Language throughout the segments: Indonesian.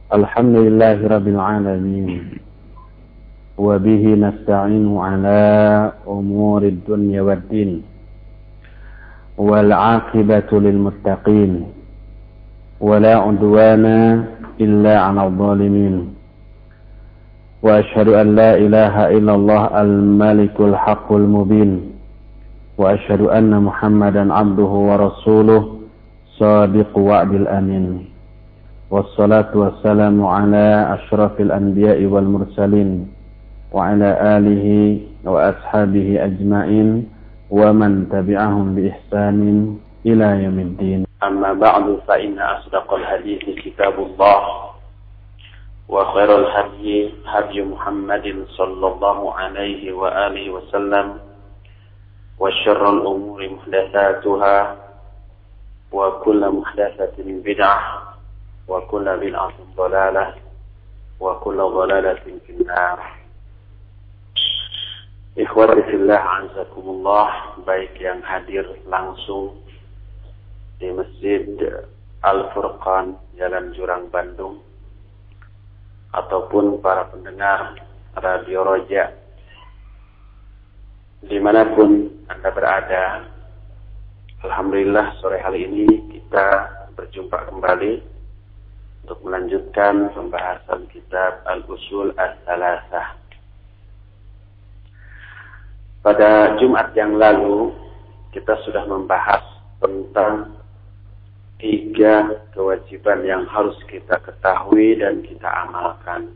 الحمد لله رب العالمين وبه نستعين على أمور الدنيا والدين والعاقبة للمتقين ولا عدوان إلا على الظالمين وأشهد أن لا إله إلا الله الملك الحق المبين وأشهد أن محمدا عبده ورسوله صادق وعد الأمين والصلاة والسلام على أشرف الأنبياء والمرسلين وعلى آله وأصحابه أجمعين ومن تبعهم بإحسان إلى يوم الدين. أما بعد فإن أصدق الحديث كتاب الله وخير الهدي هدي محمد صلى الله عليه وآله وسلم وشر الأمور محدثاتها وكل محدثة بدعة وكل بدعة ضلالة وكل ضلالة في النار. Ikhwati fillah azakumullah, baik yang hadir langsung di Masjid Al-Furqan Jalan Jurang Bandung ataupun para pendengar Radio Roja dimanapun Anda berada. Alhamdulillah sore hari ini kita berjumpa kembali untuk melanjutkan pembahasan kitab Al-Usul As-Salasah. Pada Jumat yang lalu kita sudah membahas tentang 3 kewajiban yang harus kita ketahui dan kita amalkan.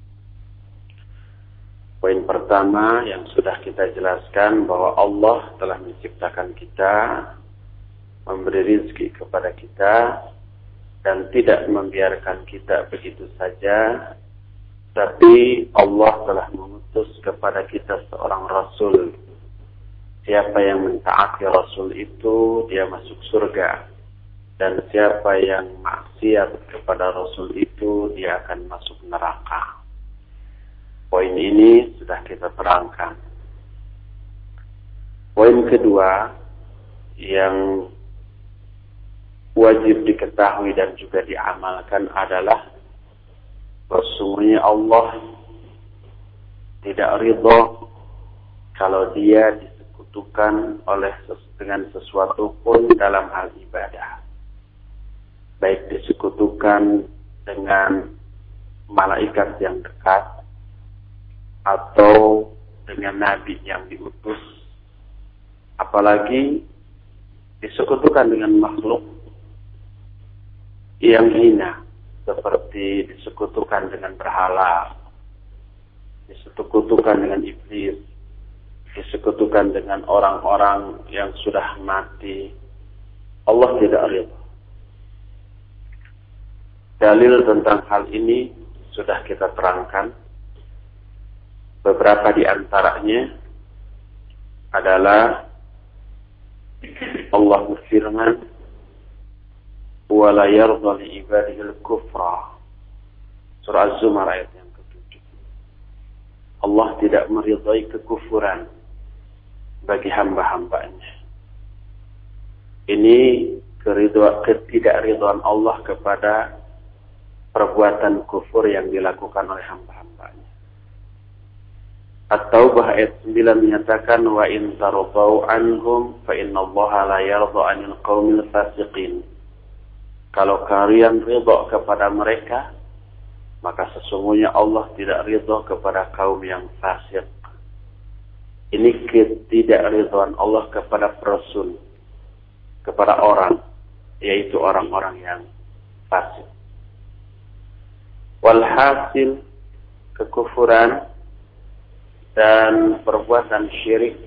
Poin pertama yang sudah kita jelaskan bahwa Allah telah menciptakan kita, memberi rezeki kepada kita, dan tidak membiarkan kita begitu saja, tapi Allah telah mengutus kepada kita seorang Rasul. Siapa yang mentaati Rasul itu, dia masuk surga. Dan siapa yang maksiat kepada Rasul itu, dia akan masuk neraka. Poin ini sudah kita terangkan. Poin kedua yang wajib diketahui dan juga diamalkan adalah sesungguhnya Allah tidak ridha kalau dia disekutukan dengan sesuatu pun dalam hal ibadah. Baik disekutukan dengan malaikat yang dekat atau dengan nabi yang diutus, apalagi disekutukan dengan makhluk yang hina seperti disekutukan dengan berhala, disekutukan dengan iblis, disekutukan dengan orang-orang yang sudah mati. Allah tidak ridha. Dalil tentang hal ini sudah kita terangkan. Beberapa di antaranya adalah Allah berfirman, وَلَا يَرْضَ لِعِبَادِهِ الْكُفْرَ. Surah Az-Zumar ayat yang ke-7. Allah tidak meridai kekufuran bagi hamba-hambanya. Ini ketidakridhaan Allah kepada perbuatan kufur yang dilakukan oleh hamba-hambanya. At-Taubah ayat 9 menyatakan, وَإِن تَرْضَوْا عَنْهُمْ فَإِنَّ اللَّهَ لَا يَرْضَ عَنِ الْقَوْمِ الْفَاسِقِينَ. Kalau kalian ridha kepada mereka, maka sesungguhnya Allah tidak ridha kepada kaum yang fasik. Ini ketidakridhaan Allah kepada Rasul, kepada orang, yaitu orang-orang yang fasik. Walhasil, kekufuran dan perbuatan syirik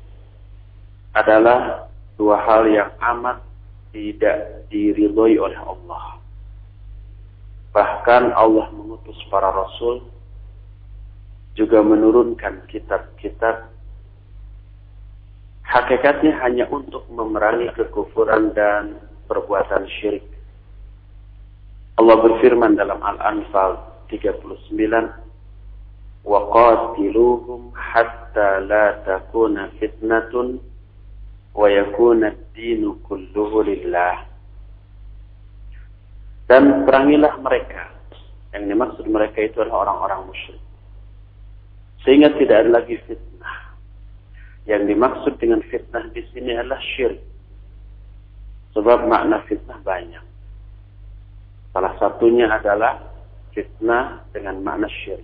adalah 2 hal yang amat tidak diridhoi oleh Allah. Bahkan Allah mengutus para Rasul, juga menurunkan kitab-kitab, hakikatnya hanya untuk memerangi kekufuran dan perbuatan syirik. Allah berfirman dalam Al-Anfal 39, وَقَاتِلُوهُمْ حَتَّى لَا تَكُونَ فِتْنَةٌ وَيَكُونَ الدِّينُ كُلُّهُ لِلَّهِ. Dan perangilah mereka Yang dimaksud mereka itu adalah orang-orang musyrik. Sehingga tidak ada lagi fitnah. Yang dimaksud dengan fitnah di sini adalah syirik. Sebab makna fitnah banyak. Salah satunya adalah fitnah dengan makna syirik.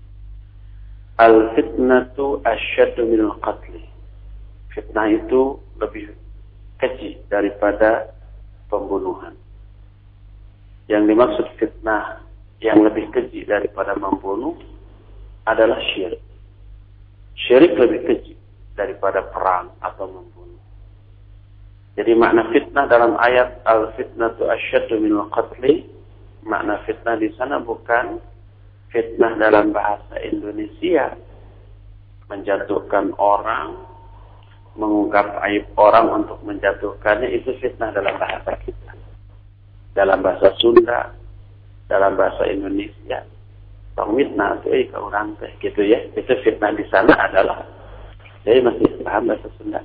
Al-fitnatu asyaddu minal qatli. Fitnah itu lebih keji daripada pembunuhan. Yang dimaksud fitnah yang lebih keji daripada membunuh adalah syirik. Syirik lebih keji daripada perang atau membunuh. Jadi makna fitnah dalam ayat al-fitnatu asyaddu minal qatli, makna fitnah di sana bukan fitnah dalam bahasa Indonesia, menjatuhkan orang, mengungkap aib orang untuk menjatuhkannya, itu fitnah dalam bahasa kita. Dalam bahasa Sunda, dalam bahasa Indonesia, pengmitnah itu ke orang teh gitu ya. Itu fitnah di sana adalah, jadi masih paham bahasa Sunda.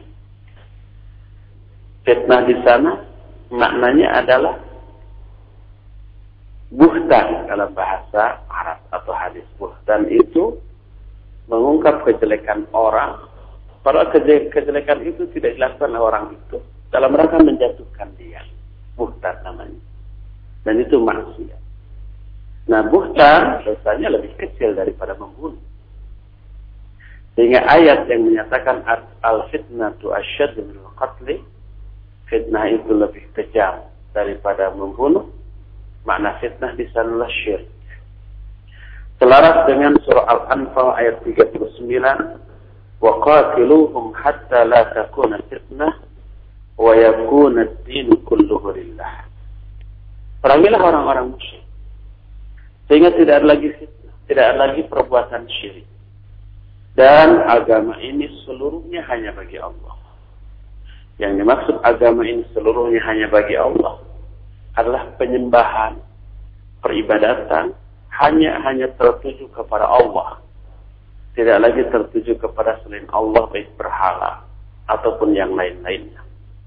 Fitnah di sana maknanya adalah buhtan dalam bahasa Arab atau hadis. Buhtan itu mengungkap kejelekan orang, padahal kejelekan itu tidak dilakukan oleh orang itu dalam rangka menjatuhkan dia. Buhtan namanya. Dan itu maksiat. Nah, buhtan dosanya lebih kecil daripada membunuh. Sehingga ayat yang menyatakan al-fitnatu asyaddu minal qatli, fitnah itu lebih kejam daripada membunuh. Makna fitnah di sana syirik. Selaras dengan surah Al-Anfal ayat 39, wa qatiluhum hatta la takuna fitnah wa yakuna ad-din kulluhu lillah. Perangilah orang-orang musyrik sehingga tidak ada lagi fitnah, tidak ada lagi perbuatan syirik. Dan agama ini seluruhnya hanya bagi Allah. Yang dimaksud agama ini seluruhnya hanya bagi Allah adalah penyembahan, peribadatan hanya tertuju kepada Allah. Tidak lagi tertuju kepada selain Allah, baik berhala ataupun yang lain-lainnya.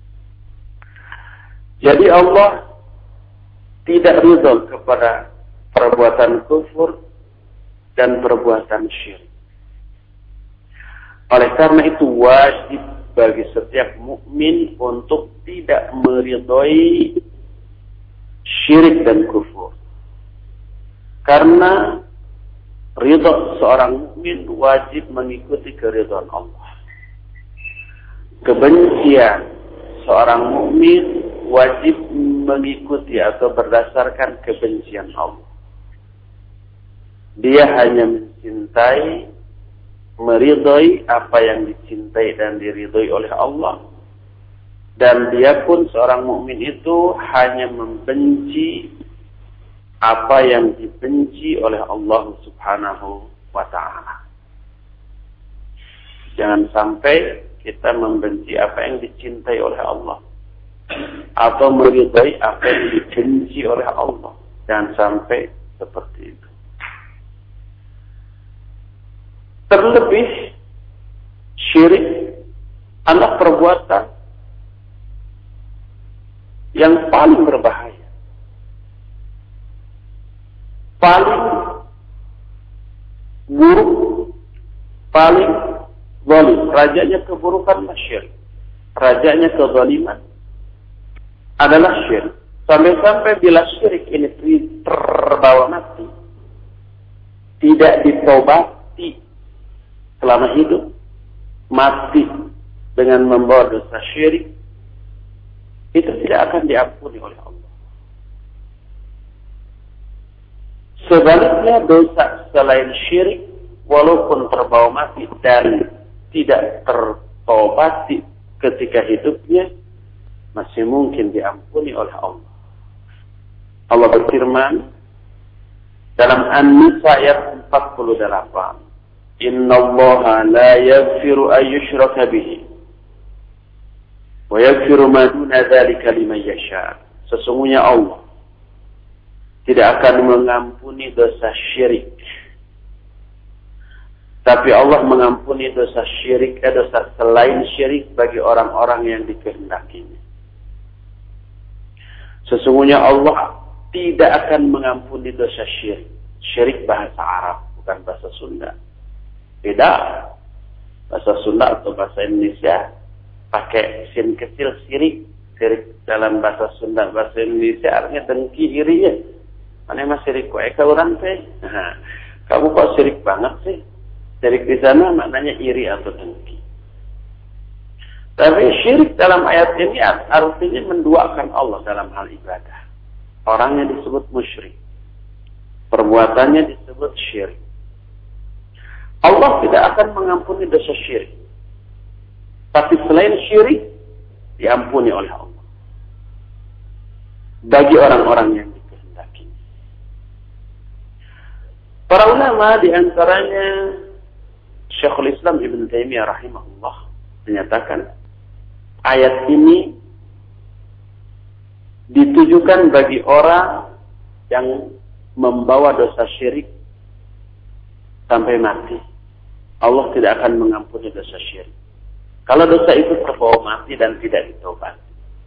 Jadi Allah tidak ridho kepada perbuatan kufur dan perbuatan syirik. Oleh karena itu wajib bagi setiap mukmin untuk tidak meridhoi syirik dan kufur. Karena ridha seorang mukmin wajib mengikuti keridhaan Allah. Kebencian seorang mukmin wajib mengikuti atau berdasarkan kebencian Allah. Dia hanya mencintai, meridhoi apa yang dicintai dan diridhoi oleh Allah. Dan dia pun seorang mukmin itu hanya membenci apa yang dibenci oleh Allah Subhanahu wa ta'ala. Jangan sampai kita membenci apa yang dicintai oleh Allah atau meridhai apa yang dibenci oleh Allah. Jangan sampai seperti itu. Terlebih syirik adalah perbuatan yang paling berbahaya, paling buruk, paling zalim. Rajanya keburukan syirik, rajanya kezaliman adalah syirik. Sampai-sampai bila syirik ini terbawa mati, tidak ditobati selama hidup, mati dengan membawa dosa syirik, itu tidak akan diampuni oleh Allah. Sebaliknya dosa selain syirik, walaupun terbawa mati dan tidak tertobati ketika hidupnya, masih mungkin diampuni oleh Allah. Allah berfirman dalam An-Nisa ayat 48, Inna Allah la yaghfiru an yushraka bihi wa yaghfiru ma duna dzalika liman yasha. Sesungguhnya Allah tidak akan mengampuni dosa syirik, tapi Allah mengampuni dosa syirik, dosa selain syirik bagi orang-orang yang dikehendakinya. Sesungguhnya Allah tidak akan mengampuni dosa syirik, Syirik bahasa Arab, bukan bahasa Sunda. Beda. Bahasa Sunda atau bahasa Indonesia pakai sin kecil syirik. Syirik dalam bahasa Sunda, bahasa Indonesia artinya dengki, iri ya. Mana mah syirik kok eka orang teh. Nah, kamu kok syirik banget sih? Syirik di sana maknanya iri atau dengki. Tapi syirik dalam ayat ini artinya menduakan Allah dalam hal ibadah. Orangnya disebut musyrik. Perbuatannya disebut syirik. Allah tidak akan mengampuni dosa syirik. Tapi selain syirik, diampuni oleh Allah. Bagi orang-orang yang dikehendaki. Para ulama diantaranya Syekhul Islam Ibn Taimiyah rahimahullah menyatakan ayat ini ditujukan bagi orang yang membawa dosa syirik sampai mati. Allah tidak akan mengampuni dosa syirik. Kalau dosa itu terbawa mati dan tidak ditobati.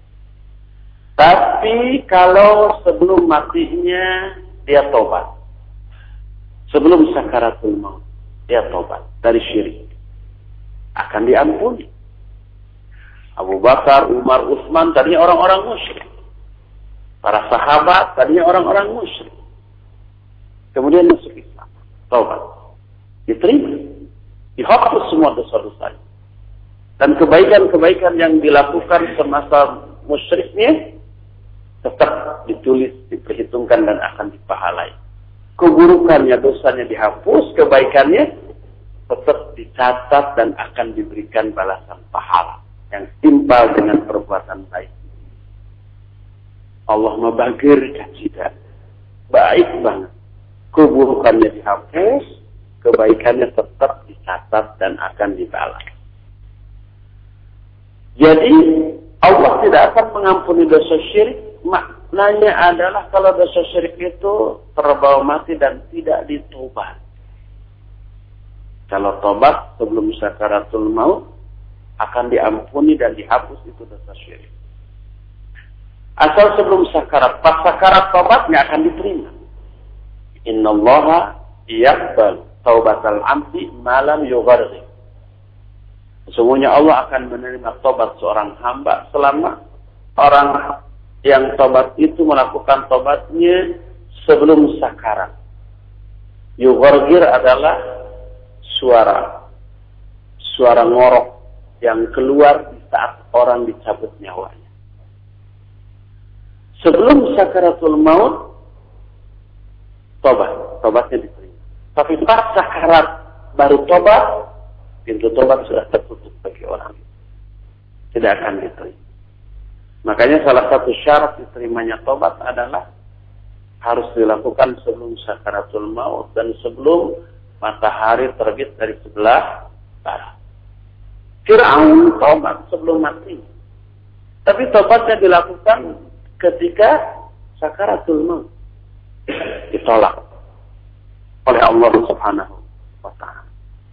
Tapi kalau sebelum matinya dia tobat. Sebelum sakaratul maut dia tobat dari syirik. Akan diampuni. Abu Bakar, Umar, Utsman tadinya orang-orang musyrik. Para sahabat tadinya orang-orang musyrik. Kemudian masuk Islam. Tobat. Diterima. Dihapus semua dosa-dosanya. Dan kebaikan-kebaikan yang dilakukan semasa musyriknya tetap ditulis, diperhitungkan dan akan dipahalai. Keburukannya, dosanya dihapus, kebaikannya tetap dicatat dan akan diberikan balasan pahala yang timpal dengan perbuatan baik. Allah mabagir kacida. Baik banget. Keburukannya dihapus, kebaikannya tetap dicatat dan akan dibalas. Jadi Allah tidak akan mengampuni dosa syirik. Maknanya adalah kalau dosa syirik itu terbawa mati dan tidak ditobat. Kalau tobat sebelum sakaratul maut akan diampuni dan dihapus itu dosa syirik. Asal sebelum sakarat, pas sakarat tobat nggak akan diterima. Innallaha yaqbal taubatal abdi malam yugharghi. Sesungguhnya Allah akan menerima tobat seorang hamba selama orang yang tobat itu melakukan tobatnya sebelum sakarat. Yughargir adalah suara ngorok yang keluar di saat orang dicabut nyawanya. Sebelum sakaratul maut, tobatnya diterima. Tapi pas sakarat baru tobat, pintu tobat sudah tertutup bagi orang itu. Tidak akan diterima. Makanya salah satu syarat diterimanya tobat adalah harus dilakukan sebelum sakaratul maut dan sebelum matahari terbit dari sebelah barat. Fir'aun tobat sebelum mati. Tapi tobatnya dilakukan ketika sakaratul maut. Ditolak oleh Allah Subhanahu wa ta'ala.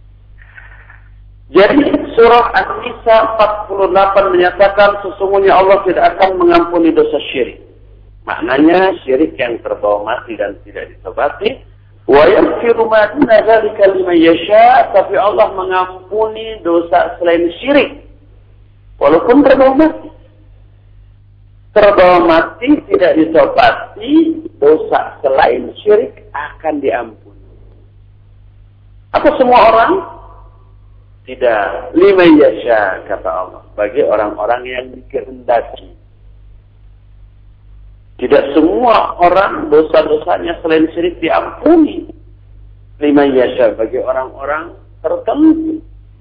Jadi surah An-Nisa 48 menyatakan sesungguhnya Allah tidak akan mengampuni dosa syirik. Maknanya syirik yang terbawa mati dan tidak ditobati. Wa yaghfiru ma duna dzalika liman yasha, tapi Allah mengampuni dosa selain syirik. Walaupun terbawa mati. Terbawa mati tidak ditobati, dosa selain syirik akan diampuni. Apa semua orang? Tidak. Liman yasha, kata Allah. Bagi orang-orang yang dikehendaki. Tidak semua orang dosa-dosanya selain syirik diampuni. Liman yasha, bagi orang-orang tertentu.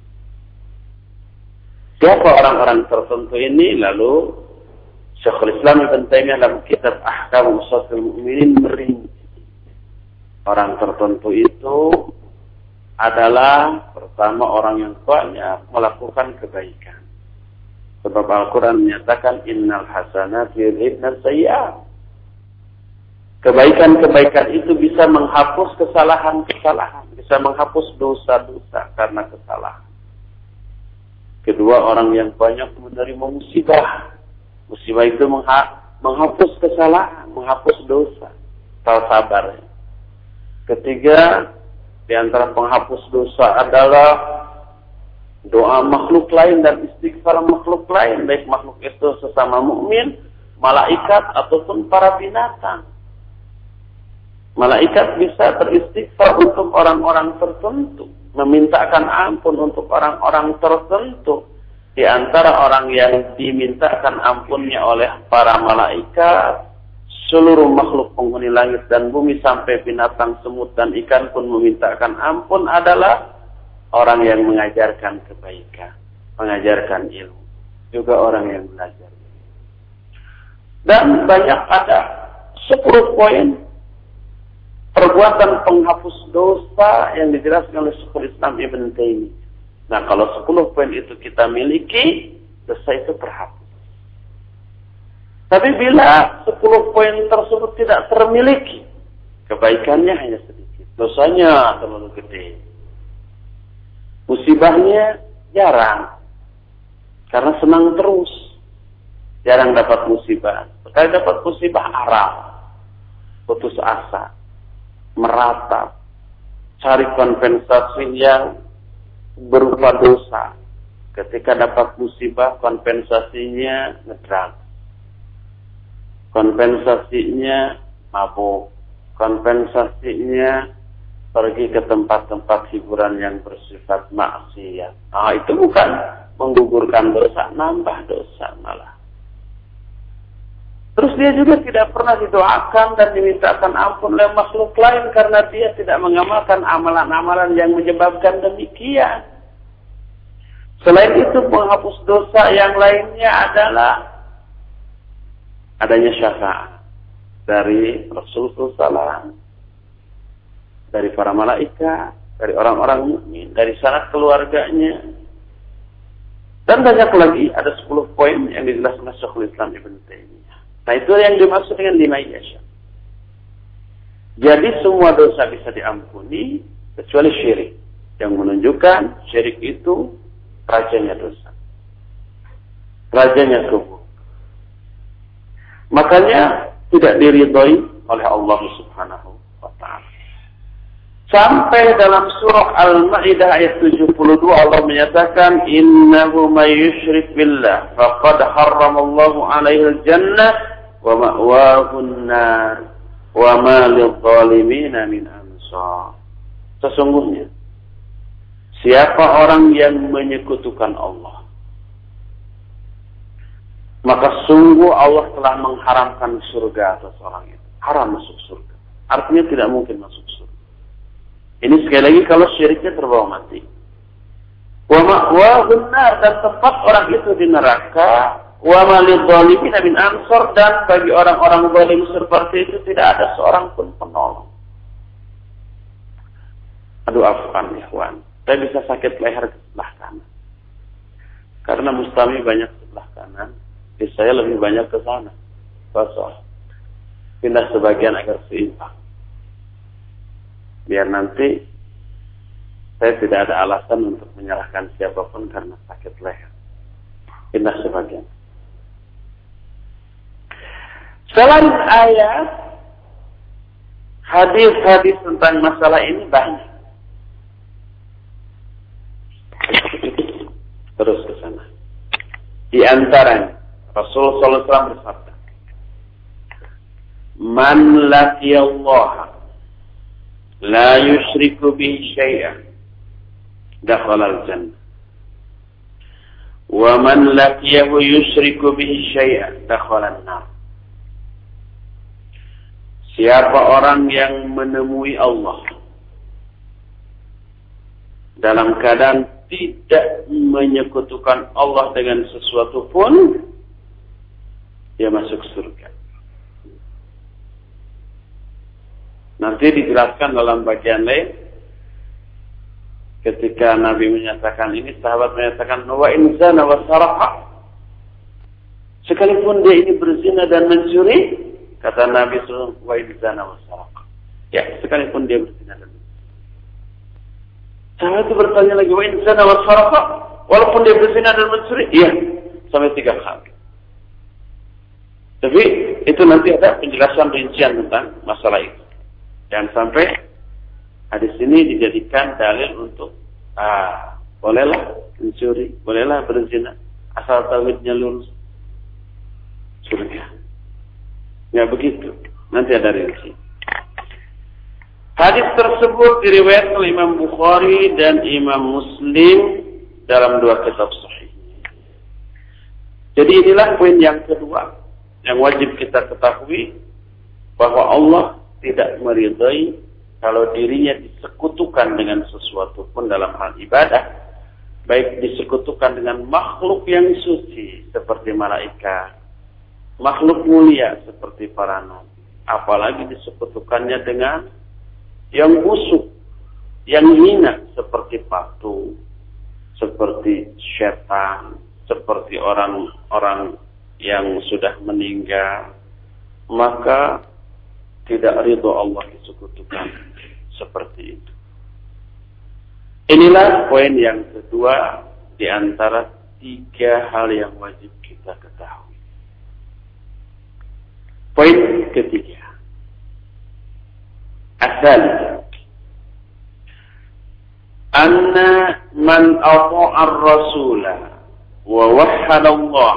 Siapa orang-orang tertentu ini? Lalu Syekhul Islam Ibn Taimiyah dalam kitab Ahkam Ushul Mu'minin merinci. Orang tertentu itu adalah pertama orang yang banyak melakukan kebaikan. Sebab Al-Quran menyatakan innal hasanat yudhibna sayyi'at. Kebaikan-kebaikan itu bisa menghapus kesalahan-kesalahan, bisa menghapus dosa-dosa karena kesalahan. Kedua, orang yang banyak menerima musibah. Musibah itu menghapus kesalahan, menghapus dosa. Sabar. Ketiga, di antara penghapus dosa adalah doa makhluk lain dan istighfar makhluk lain, baik makhluk itu sesama mukmin, malaikat ataupun para binatang. Malaikat bisa beristighfar untuk orang-orang tertentu, memintakan ampun untuk orang-orang tertentu. Di antara orang yang dimintakan ampunnya oleh para malaikat, seluruh makhluk penghuni langit dan bumi sampai binatang, semut dan ikan pun memintakan ampun adalah orang yang mengajarkan kebaikan, mengajarkan ilmu, juga orang yang belajar. Dan banyak ada 10 poin perbuatan penghapus dosa yang dijelaskan oleh Syekhul Islam Ibn Taimiyah. Nah, kalau 10 poin itu kita miliki, dosa itu terhapus. Tapi bila 10 poin tersebut tidak termiliki, kebaikannya hanya sedikit, dosanya terlalu gede. Musibahnya jarang, karena senang terus, jarang dapat musibah. Sekali dapat musibah, araf, putus asa, meratap, cari kompensasi yang berupa dosa. Ketika dapat musibah, kompensasinya ngedrak, kompensasinya mabuk, kompensasinya pergi ke tempat-tempat hiburan yang bersifat maksiat. Nah, itu bukan menggugurkan dosa, nambah dosa malah. Terus dia juga tidak pernah didoakan dan dimintakan ampun oleh makhluk lain karena dia tidak mengamalkan amalan-amalan yang menyebabkan demikian. Selain itu, menghapus dosa yang lainnya adalah adanya syafaat dari Rasulullah SAW, dari para malaikat, dari orang-orang mukmin, dari sanak keluarganya. Dan banyak lagi, ada 10 poin yang dijelaskan oleh Syekhul Islam Ibn Taimiyah. Nah, itu yang dimaksud dengan 5 yasya. Jadi semua dosa bisa diampuni kecuali syirik, yang menunjukkan syirik itu rajanya dosa, rajanya kubur. Makanya tidak diridhoi oleh Allah Subhanahu wa ta'ala. Sampai dalam surah Al-Maidah ayat 72 Allah menyatakan, innahu may yusyrik billah faqad harramallahu 'alaihi al-jannah wa ma'wahu an-nar wa ma lidh-dhalimin min ansar. Sesungguhnya siapa orang yang menyekutukan Allah, maka sungguh Allah telah mengharamkan surga atas orang itu. Haram masuk surga, artinya tidak mungkin masuk surga. Ini sekali lagi kalau syiriknya terbawa mati. Wa ma'wahun nar, dan tempat orang itu di neraka. Wa ma lidh-dhalimin min ansar, dan bagi orang-orang zalim seperti itu tidak ada seorang pun penolong. Aduh, afwan ikhwan, saya bisa sakit leher ke sebelah kanan karena mustami banyak sebelah kanan. Saya lebih banyak ke sana. Kosong. Pindah sebagian agar seimbang. Biar nanti saya tidak ada alasan untuk menyalahkan siapapun karena sakit leher. Pindah sebagian. Selain ayat, hadis-hadis tentang masalah ini banyak. Terus ke sana. Di antaranya Rasulullah SAW bersabda, man laqiyallaha la yusyriku bihi syai'an dakhala al-jannah wa man laqiyahu yusyriku bihi syai'an dakhala an-nar. Siapa orang yang menemui Allah dalam keadaan tidak menyekutukan Allah dengan sesuatu pun, dia masuk surga. Nanti dijelaskan dalam bagian lain, ketika Nabi menyatakan ini, sahabat menyatakan, wa in zana wa saraqa, sekalipun dia ini berzina dan mencuri, kata Nabi SAW, wa in zana wa saraqa, ya, sekalipun dia berzina dan mencuri. Sahabat itu bertanya lagi, wa in zana wa saraqa, walaupun dia berzina dan mencuri, iya, sampai 3 kali. Tapi itu nanti ada penjelasan rincian tentang masalah itu. Jangan sampai Hadis ini dijadikan dalil untuk bolehlah mencuri, bolehlah berzina, asal tauhidnya lurus, surga. Ya begitu. Nanti ada rinci. Hadis tersebut diriwayatkan oleh Imam Bukhari dan Imam Muslim dalam dua kitab sahih. Jadi inilah poin yang kedua yang wajib kita ketahui, bahwa Allah tidak meridai kalau dirinya disekutukan dengan sesuatu pun dalam hal ibadah, baik disekutukan dengan makhluk yang suci seperti malaikat, makhluk mulia seperti para nabi, apalagi disekutukannya dengan yang busuk, yang hina seperti patung, seperti syaitan, seperti orang-orang yang sudah meninggal, maka tidak ridho Allah disekutukan seperti itu. Inilah poin yang kedua di antara tiga hal yang wajib kita ketahui. Poin ketiga. Asal anna man ata'a ar-rasula wa wahhada Allah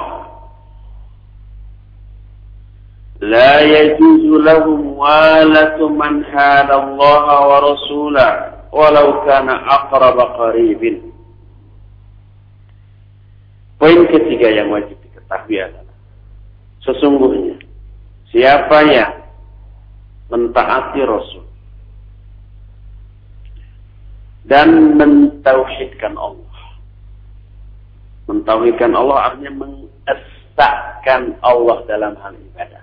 la yajuzu lahum walatu man hada Allah wa rasulahu walau kana aqraba qaribin. Poin ketiga yang wajib diketahui adalah sesungguhnya siapa yang mentaati Rasul dan mentauhidkan Allah. Mentauhidkan Allah artinya mengesahkan Allah dalam hal ibadah.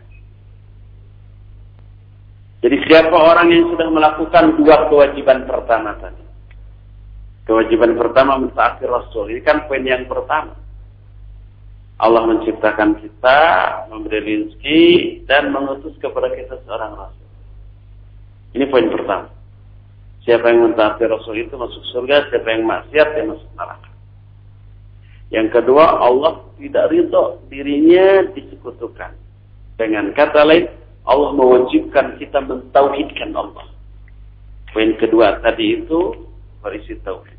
Jadi siapa orang yang sudah melakukan dua kewajiban pertama tadi. Kewajiban pertama mentaati Rasul. Ini kan poin yang pertama. Allah menciptakan kita, memberi rezeki, dan mengutus kepada kita seorang Rasul. Ini poin pertama. Siapa yang mentaati Rasul itu masuk surga, siapa yang maksiat dia masuk neraka. Yang kedua, Allah tidak ridho dirinya disekutukan. Dengan kata lain, Allah mewajibkan kita mentauhidkan Allah. Poin kedua tadi itu berisi tauhid.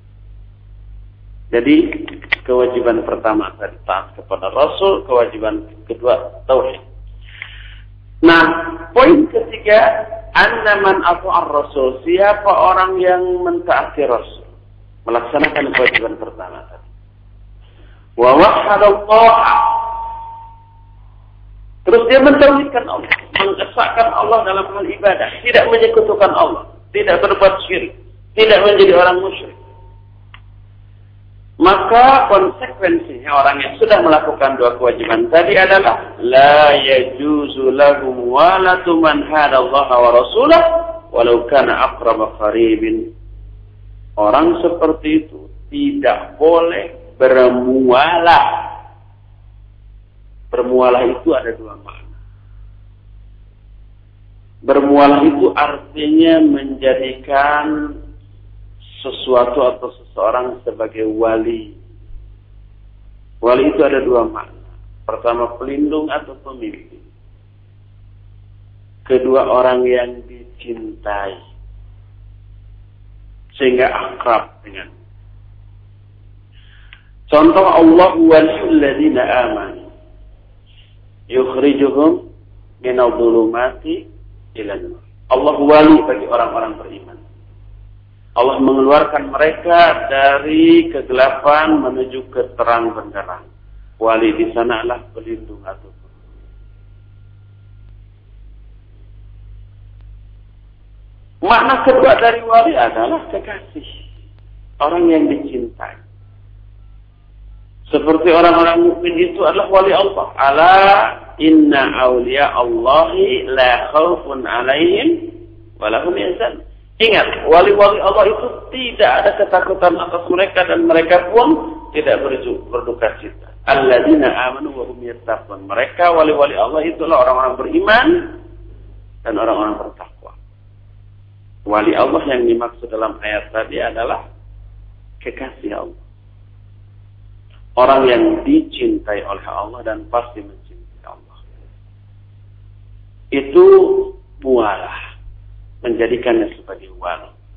Jadi kewajiban pertama tadi taat kepada Rasul, kewajiban kedua tauhid. Nah, poin ketiga, anna man ata'ar Rasul, siapa orang yang mentaati Rasul, melaksanakan kewajiban pertama tadi. Wa wahhadallah, terus dia mentauhidkan Allah, mengesahkan Allah dalam hal ibadah, tidak menyekutukan Allah, tidak berbuat syirik, tidak menjadi orang musyrik. Maka konsekuensinya orang yang sudah melakukan dua kewajiban tadi adalah la yajuzu lahum walatu man hadallaha wa rasulahu walau kana aqraba qaribin. Orang seperti itu tidak boleh bermualah. Bermualah itu ada dua makna. Bermualah itu artinya menjadikan sesuatu atau seseorang sebagai wali. Wali itu ada dua makna. Pertama, pelindung atau pemimpin. Kedua, orang yang dicintai sehingga akrab dengan. Contoh, Allah waliyul ladzina amanu yukhrijuhum minadh dhulumati ilan nur. Allah wali bagi orang-orang beriman. Allah mengeluarkan mereka dari kegelapan menuju ke terang benderang. Wali di sana adalah pelindung atau makna kedua dari wali adalah kekasih. Orang yang dicintai. Seperti orang-orang mukmin itu adalah wali Allah. Ala inna awliya Allahi la khawfun alaihim wa lahum yahzanun. Ingat, wali-wali Allah itu tidak ada ketakutan atas mereka dan mereka pun tidak berduka cita. Alladzina amanu wa hum yattaqun. Mereka wali-wali Allah itulah orang-orang beriman dan orang-orang bertakwa. Wali Allah yang dimaksud dalam ayat tadi adalah kekasih Allah. Orang yang dicintai oleh Allah dan pasti mencintai Allah. Itu mualah. Menjadikannya sebagai wali.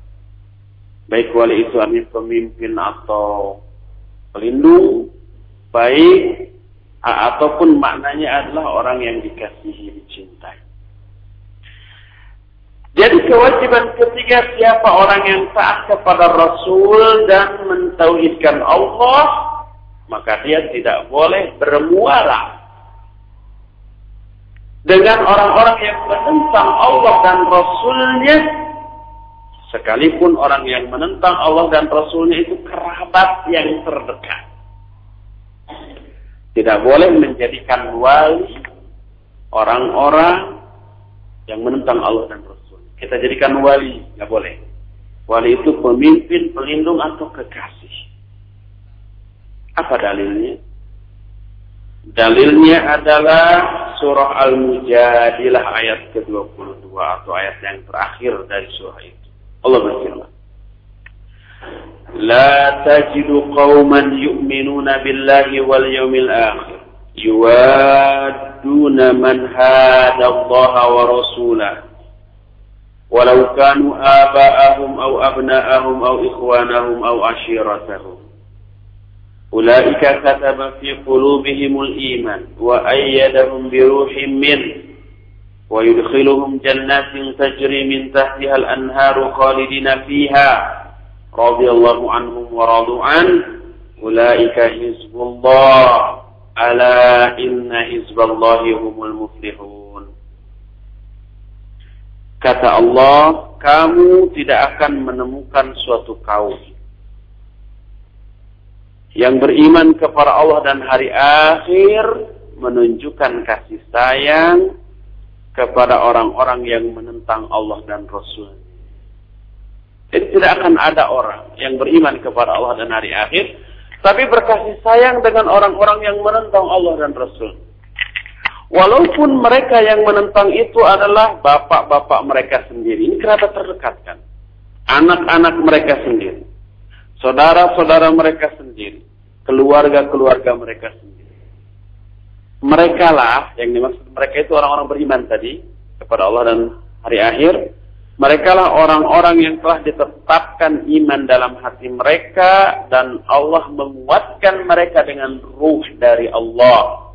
Baik wali itu artinya pemimpin atau pelindung, baik ataupun maknanya adalah orang yang dikasihi, dicintai. Jadi kewajiban ketiga, siapa orang yang taat kepada Rasul dan mentauhidkan Allah, maka dia tidak boleh bermuara dengan orang-orang yang menentang Allah dan Rasulnya, sekalipun orang yang menentang Allah dan Rasulnya itu kerabat yang terdekat. Tidak boleh menjadikan wali orang-orang yang menentang Allah dan Rasul. Kita jadikan wali, nggak boleh. Wali itu pemimpin, pelindung atau kekasih. Apa dalilnya? Dalilnya adalah surah Al-Mujadilah ayat ke-22 atau ayat yang terakhir dari surah itu. Allah berfirman, La tajidu qawman yu'minuna billahi wal yawmil akhir yuwadduna man hada Allah wa rasulah walau kanu aba'ahum aw abna'ahum aw ikhwanahum aw ashiratahum ulaika kataba fi qulubihimul iman wa ayyadahum bi ruhin min wa yudkhiluhum jannatin tajri min tahtiha al-anharu khalidina fiha radhiyallahu anhum wa radu an ulaika hizbullah ala inna hizballahi humul muflihun. Kata Allah, kamu tidak akan menemukan suatu kaum yang beriman kepada Allah dan hari akhir menunjukkan kasih sayang kepada orang-orang yang menentang Allah dan Rasul. Jadi tidak akan ada orang yang beriman kepada Allah dan hari akhir tapi berkasih sayang dengan orang-orang yang menentang Allah dan Rasul. Walaupun mereka yang menentang itu adalah bapak-bapak mereka sendiri. Ini kerabat terdekat kan. Anak-anak mereka sendiri. Saudara-saudara mereka sendiri. Keluarga-keluarga mereka sendiri. Mereka lah, yang dimaksud mereka itu orang-orang beriman tadi. Kepada Allah dan hari akhir. Mereka lah orang-orang yang telah ditetapkan iman dalam hati mereka. Dan Allah menguatkan mereka dengan ruh dari Allah.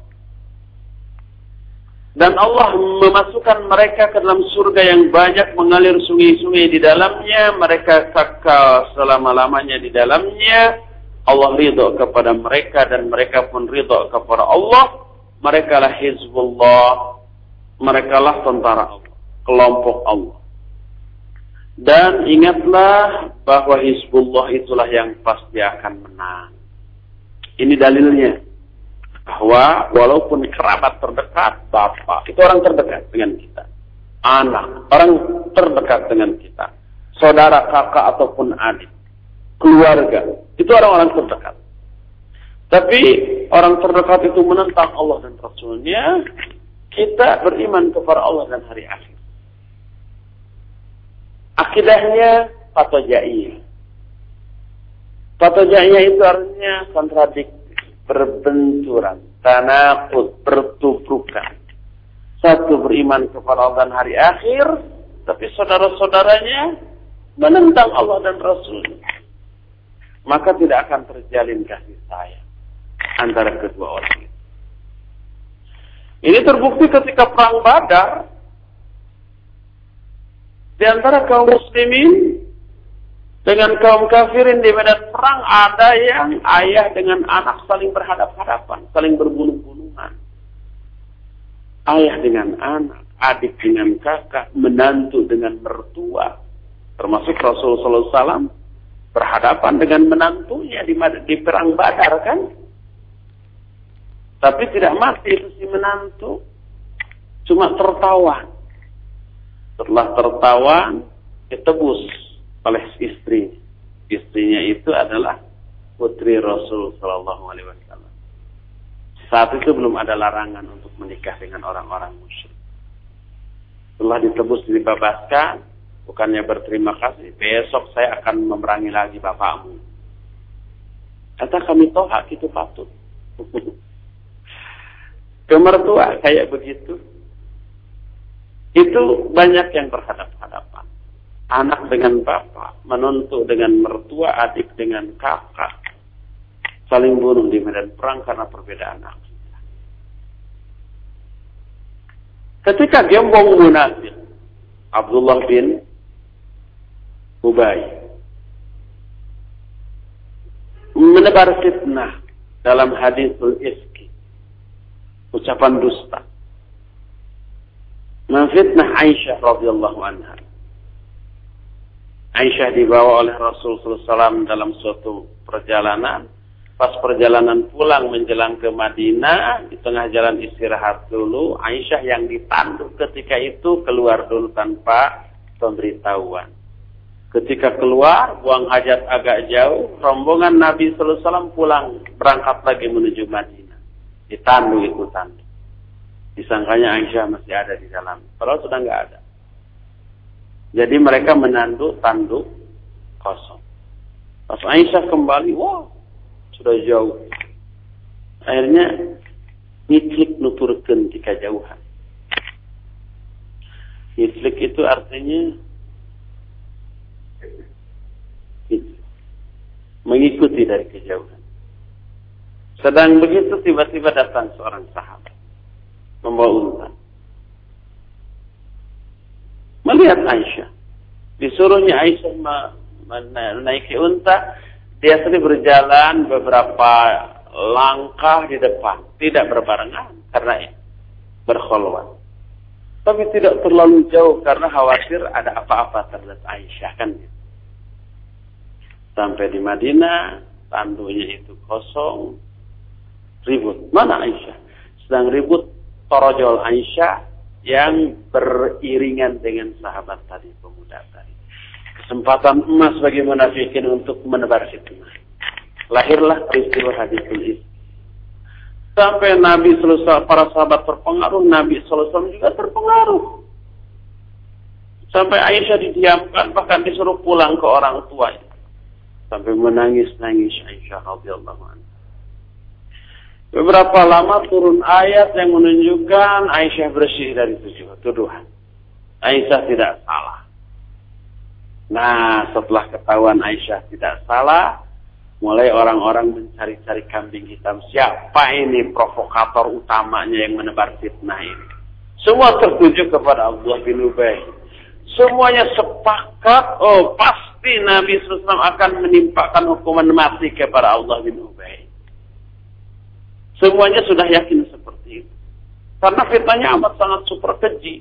Dan Allah memasukkan mereka ke dalam surga yang banyak mengalir sungai-sungai di dalamnya. Mereka kekal selama-lamanya di dalamnya. Allah ridho kepada mereka dan mereka pun ridho kepada Allah. Mereka lah hizbullah. Mereka lah tentara Allah. Kelompok Allah. Dan ingatlah bahwa hizbullah itulah yang pasti akan menang. Ini dalilnya. Bahwa walaupun kerabat terdekat, bapak, itu orang terdekat dengan kita. Anak, orang terdekat dengan kita. Saudara, kakak, ataupun adik. Keluarga, itu orang-orang terdekat. Tapi orang terdekat itu menentang Allah dan Rasulnya, kita beriman kepada Allah dan hari akhir. Akidahnya patojaiyah. Patojaiyah itu artinya kontradiktif. Berbenturan, tanaqud, bertubukan. Satu beriman kepada Allah dan hari akhir, tapi saudara-saudaranya menentang Allah dan Rasul. Maka tidak akan terjalin kasih sayang antara kedua orang itu. Ini terbukti ketika perang Badar. Di antara kaum muslimin dengan kaum kafirin di medan perang ada yang ayah dengan anak saling berhadap-hadapan, saling berbunuh-bunuhan. Ayah dengan anak, adik dengan kakak, menantu dengan mertua. Termasuk Rasulullah SAW berhadapan dengan menantunya di perang Badar kan. Tapi tidak mati itu si menantu. Cuma tertawan. Setelah tertawan, ditebus oleh istri. Istrinya itu adalah putri Rasul Sallallahu Alaihi Wasallam. Saat itu belum ada larangan untuk menikah dengan orang-orang musyrik. Setelah ditebus dibebaskan, bukannya berterima kasih, besok saya akan memerangi lagi bapakmu. Kata kami toh hak itu patut. Kemertua kayak begitu. Itu banyak yang berhadap-hadapan. anak dengan bapak, menuntuk dengan mertua, adik dengan kakak, saling bunuh di medan perang karena perbedaan akidah. Ketika gembong munafik Abdullah bin Ubay menebar fitnah dalam hadisul ifki, ucapan dusta, memfitnah Aisyah radhiyallahu anha. Aisyah dibawa oleh Rasulullah SAW dalam suatu perjalanan. Pas perjalanan pulang menjelang ke Madinah, di tengah jalan istirahat dulu, Aisyah yang ditanduk ketika itu keluar dulu tanpa pemberitahuan. Ketika keluar, buang hajat agak jauh, rombongan Nabi sallallahu alaihi wasallam pulang, berangkat lagi menuju Madinah. Ditanduk itu tanduk. Disangkanya Aisyah masih ada di dalam, padahal sudah enggak ada. Jadi mereka menanduk tanduk kosong. Pas Aisyah kembali, wah, sudah jauh. Akhirnya nitlik nuturkeun di kejauhan. Nitlik itu artinya mengikuti dari kejauhan. Sedang begitu tiba-tiba datang seorang sahabat membawa unta. Melihat Aisyah, disuruhnya Aisyah menaiki unta, dia sendiri berjalan beberapa langkah di depan, tidak berbarengan karena berkholwat. Tapi tidak terlalu jauh karena khawatir ada apa-apa terhadap Aisyah kan. Sampai di Madinah, tanduknya itu kosong, ribut. Mana Aisyah? Sedang ribut torojol Aisyah yang beriringan dengan sahabat tadi, pemuda tadi. Kesempatan emas bagi munafikin untuk menebar fitnah. Lahirlah peristiwa hadisul ifki. Sampai Nabi SAW, para sahabat terpengaruh, Nabi SAW juga terpengaruh. Sampai Aisyah didiamkan, bahkan disuruh pulang ke orang tuanya. Sampai menangis-nangis Aisyah radhiyallahu anha. Beberapa lama turun ayat yang menunjukkan Aisyah bersih dari tuduhan. Aisyah tidak salah. Nah, setelah ketahuan Aisyah tidak salah, mulai orang-orang mencari-cari kambing hitam. Siapa ini provokator utamanya yang menebar fitnah ini? Semua tertuju kepada Abdullah bin Ubay. Semuanya sepakat, oh pasti Nabi SAW akan menimpakan hukuman mati kepada Abdullah bin Ubay. Semuanya sudah yakin seperti itu. Karena fitnahnya amat sangat super keji.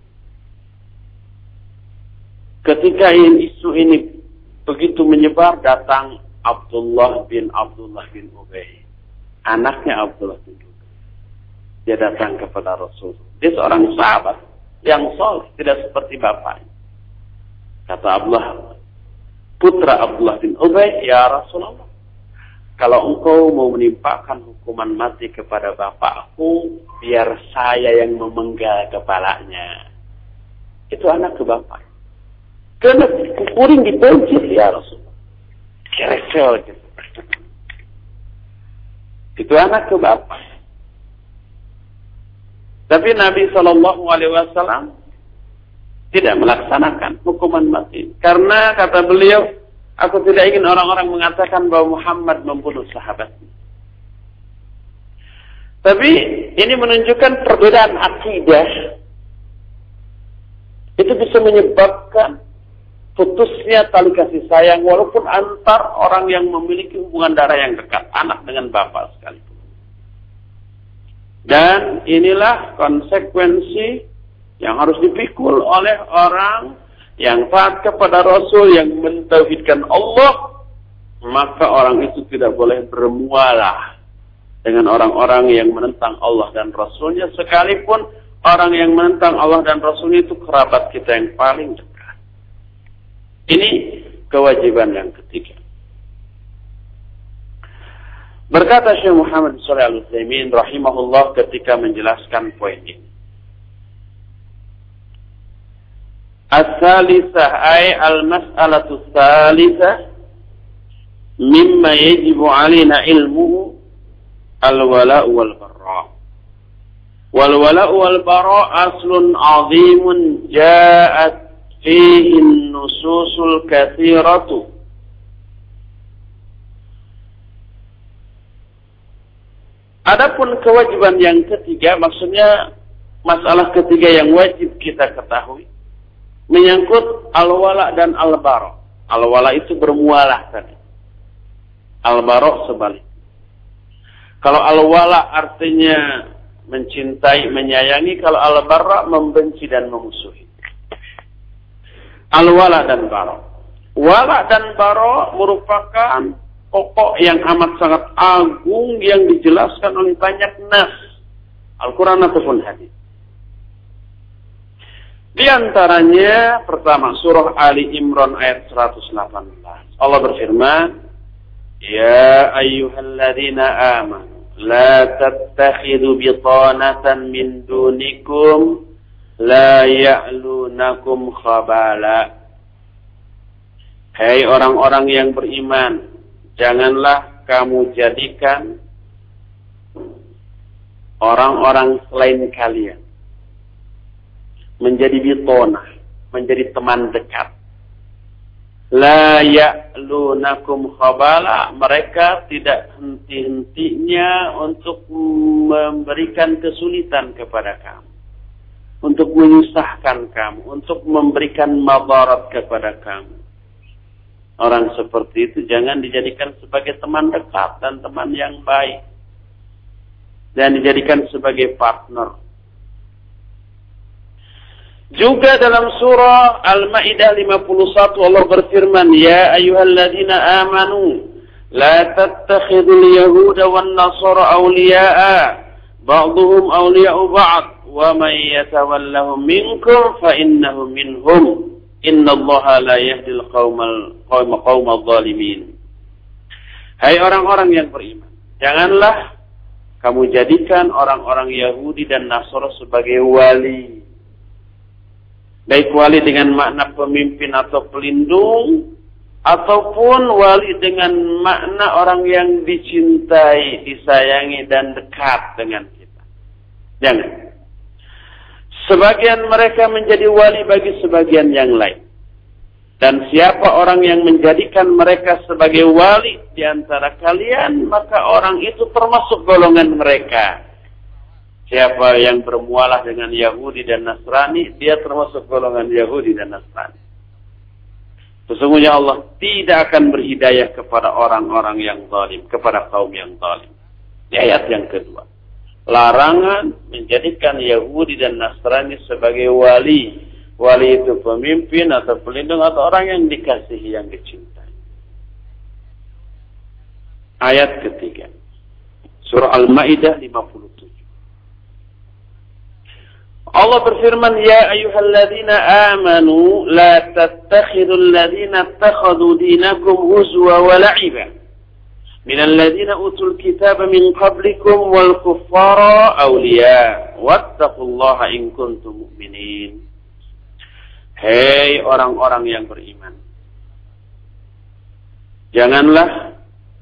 Ketika isu ini begitu menyebar, datang Abdullah bin Ubay. Anaknya Abdullah bin Ubay. Dia datang kepada Rasul. Dia seorang sahabat yang soleh, tidak seperti bapaknya. Kata Abdullah, putra Abdullah bin Ubay, ya Rasulullah, kalau engkau mau menimpakan hukuman mati kepada bapakku, biar saya yang memenggal kepalanya. Itu anak ke bapak. Karena kuring dipencit ya Rasulullah. Keresel gitu. Itu anak ke bapak. Tapi Nabi SAW tidak melaksanakan hukuman mati. Karena kata beliau, aku tidak ingin orang-orang mengatakan bahwa Muhammad membunuh sahabatnya. Tapi ini menunjukkan perbedaan akidah. Itu bisa menyebabkan putusnya tali kasih sayang walaupun antar orang yang memiliki hubungan darah yang dekat, anak dengan bapak sekalipun. Dan inilah konsekuensi yang harus dipikul oleh orang yang taat kepada Rasul, yang mentauhidkan Allah, maka orang itu tidak boleh bermualah dengan orang-orang yang menentang Allah dan Rasulnya, sekalipun orang yang menentang Allah dan Rasulnya itu kerabat kita yang paling dekat. Ini kewajiban yang ketiga. Berkata Syekh Muhammad Shalih Al-Utsaimin rahimahullah ketika menjelaskan poin ini. As-salisah ay al-mas'alatu as-salisah mimma yajibu 'alaina ilmuhu al-wala'u wal-bara'. Wal-wala'u wal-bara' aslun 'azimun ja'at fihi nususul katsiratu. Adapun kewajiban yang ketiga, maksudnya masalah ketiga yang wajib kita ketahui, menyangkut al-wala dan al-bara. Al-wala itu bermualah tadi. Al-bara sebalik. Kalau al-wala artinya mencintai, menyayangi. Kalau al-bara membenci dan memusuhi. Al-wala dan bara. Wala dan bara merupakan pokok yang amat sangat agung yang dijelaskan oleh banyak nas, Al-Quran ataupun hadis. Di antaranya pertama surah Ali Imran ayat 118. Allah berfirman, "Ya ayyuhalladzina amanu la tattakhidhu bitanatan min dunikum la ya'lunakum khabala." Hai orang-orang yang beriman, janganlah kamu jadikan orang-orang selain kalian menjadi bitonah, menjadi teman dekat. La ya'lunakum khabala, mereka tidak henti-hentinya untuk memberikan kesulitan kepada kamu, untuk menyusahkan kamu, untuk memberikan madarat kepada kamu. Orang seperti itu jangan dijadikan sebagai teman dekat dan teman yang baik. Dan dijadikan sebagai partner. Juga dalam surah Al-Ma'idah 51 Allah berfirman, "Ya ayyuhalladzina amanu la tattakhidul yahuda wan nasara awliya'a ba'dhum awliya'u ba'd wa man yatawallahum minkum fa innahu minhum. Innallaha la yahdil qaumal zalimin." Hai orang-orang yang beriman, janganlah kamu jadikan orang-orang Yahudi dan Nasara sebagai wali. Baik wali dengan makna pemimpin atau pelindung, ataupun wali dengan makna orang yang dicintai, disayangi dan dekat dengan kita. Jangan. Sebagian mereka menjadi wali bagi sebagian yang lain. Dan siapa orang yang menjadikan mereka sebagai wali di antara kalian, maka orang itu termasuk golongan mereka. Siapa yang bermualah dengan Yahudi dan Nasrani, dia termasuk golongan Yahudi dan Nasrani. Sesungguhnya Allah tidak akan berhidayah kepada orang-orang yang zalim, kepada kaum yang zalim. Di ayat yang kedua. Larangan menjadikan Yahudi dan Nasrani sebagai wali. Wali itu pemimpin atau pelindung atau orang yang dikasihi, yang dicintai. Ayat ketiga. Surah Al-Ma'idah 57. Allah berfirman, "Ya ayyuhalladzina amanu la tattakhidul ladzina ittakhadhu dinakum huzwa wa la'iba minal ladzina utul kitaba min qablikum wal kuffara awliya wattaqullaha in kuntum mu'minin." Hei orang-orang yang beriman, janganlah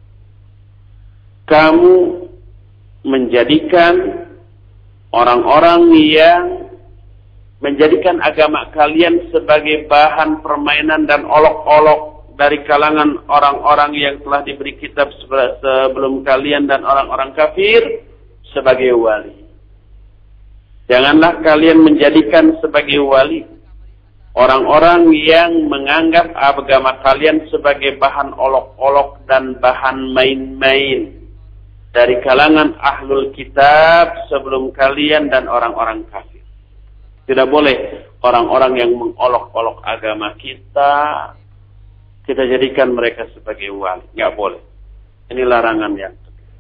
kamu menjadikan orang-orang yang menjadikan agama kalian sebagai bahan permainan dan olok-olok dari kalangan orang-orang yang telah diberi kitab sebelum kalian dan orang-orang kafir sebagai wali. Janganlah kalian menjadikan sebagai wali orang-orang yang menganggap agama kalian sebagai bahan olok-olok dan bahan main-main dari kalangan ahlul kitab sebelum kalian dan orang-orang kafir. Tidak boleh orang-orang yang mengolok-olok agama kita jadikan mereka sebagai wali. Nggak boleh. Ini larangan yang tegas.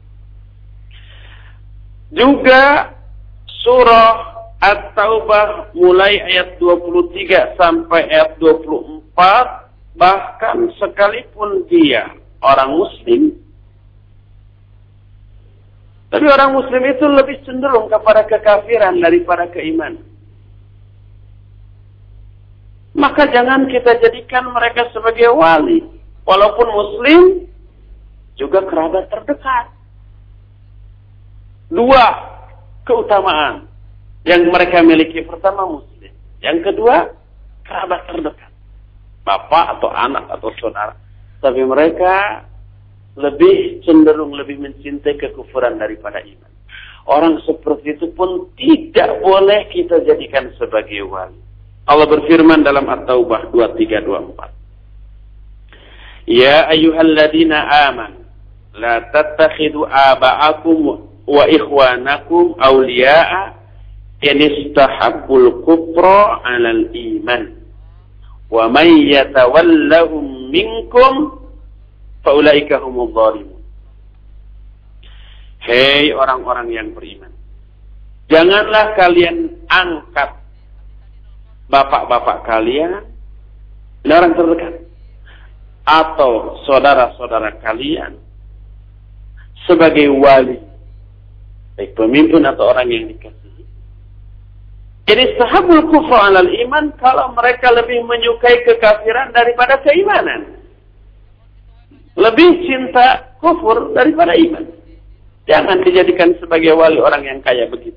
Juga surah At-Taubah mulai ayat 23 sampai ayat 24, bahkan sekalipun dia orang muslim, tapi orang muslim itu lebih cenderung kepada kekafiran daripada keimanan. Maka jangan kita jadikan mereka sebagai wali. Walaupun muslim, juga kerabat terdekat. Dua keutamaan yang mereka miliki. Pertama muslim. Yang kedua, kerabat terdekat. Bapak atau anak atau saudara. Tapi mereka lebih cenderung lebih mencintai kekufuran daripada iman. Orang seperti itu pun tidak boleh kita jadikan sebagai wali. Allah berfirman dalam At-Taubah 23-24. Ya ayyuhalladzina amanu la tattakhidu aba'akum wa ikhwanakum awliya'a in istahabbul kufra 'alal iman wa man yatawallahum minkum fa ulaika humudz zalimun. Hei orang-orang yang beriman, janganlah kalian angkat bapak-bapak kalian, orang terdekat, atau saudara-saudara kalian sebagai wali, baik pemimpin atau orang yang dikasihi. Jadi sahabul kufra 'alal iman, kalau mereka lebih menyukai kekafiran daripada keimanan. Lebih cinta kufur daripada iman. Jangan dijadikan sebagai wali orang yang kaya begitu.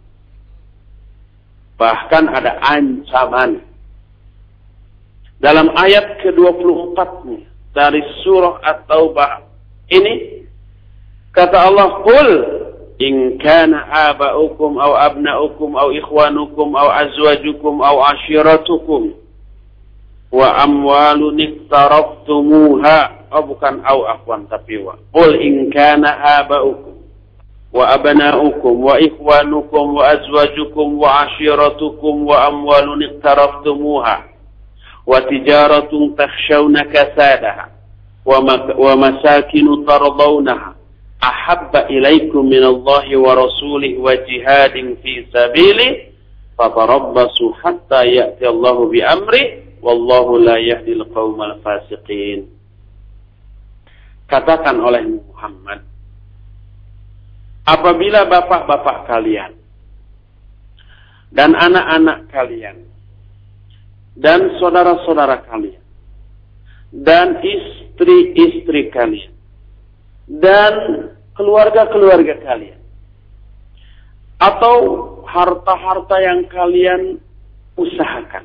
Bahkan ada ancaman. Dalam ayat ke-24 dari surah At-Taubah ini, kata Allah, "Qul in kana aba'ukum aw abna'ukum aw ikhwanukum aw azwajukum aw ashiratukum wa amwalun iktaraftumuha." Oh, bukan aw akhwan tapi wa. "Qul in kana aba'ukum wa abna'ukum wa ikhwanukum wa azwajukum wa ashiratukum wa amwalun iktaraftumuha wa tijaratun takhshawna kasadaha wa masakinu tardawnaha ahabba ilaikum minallahi wa rasulih wa jihadin fi sabilih fatarabbasu hatta ya'ti Allahu bi amri wallahu la yahdil qaumal fasiqin." Katakan oleh Muhammad, apabila bapak-bapak kalian dan anak-anak kalian dan saudara-saudara kalian dan istri-istri kalian dan keluarga-keluarga kalian atau harta-harta yang kalian usahakan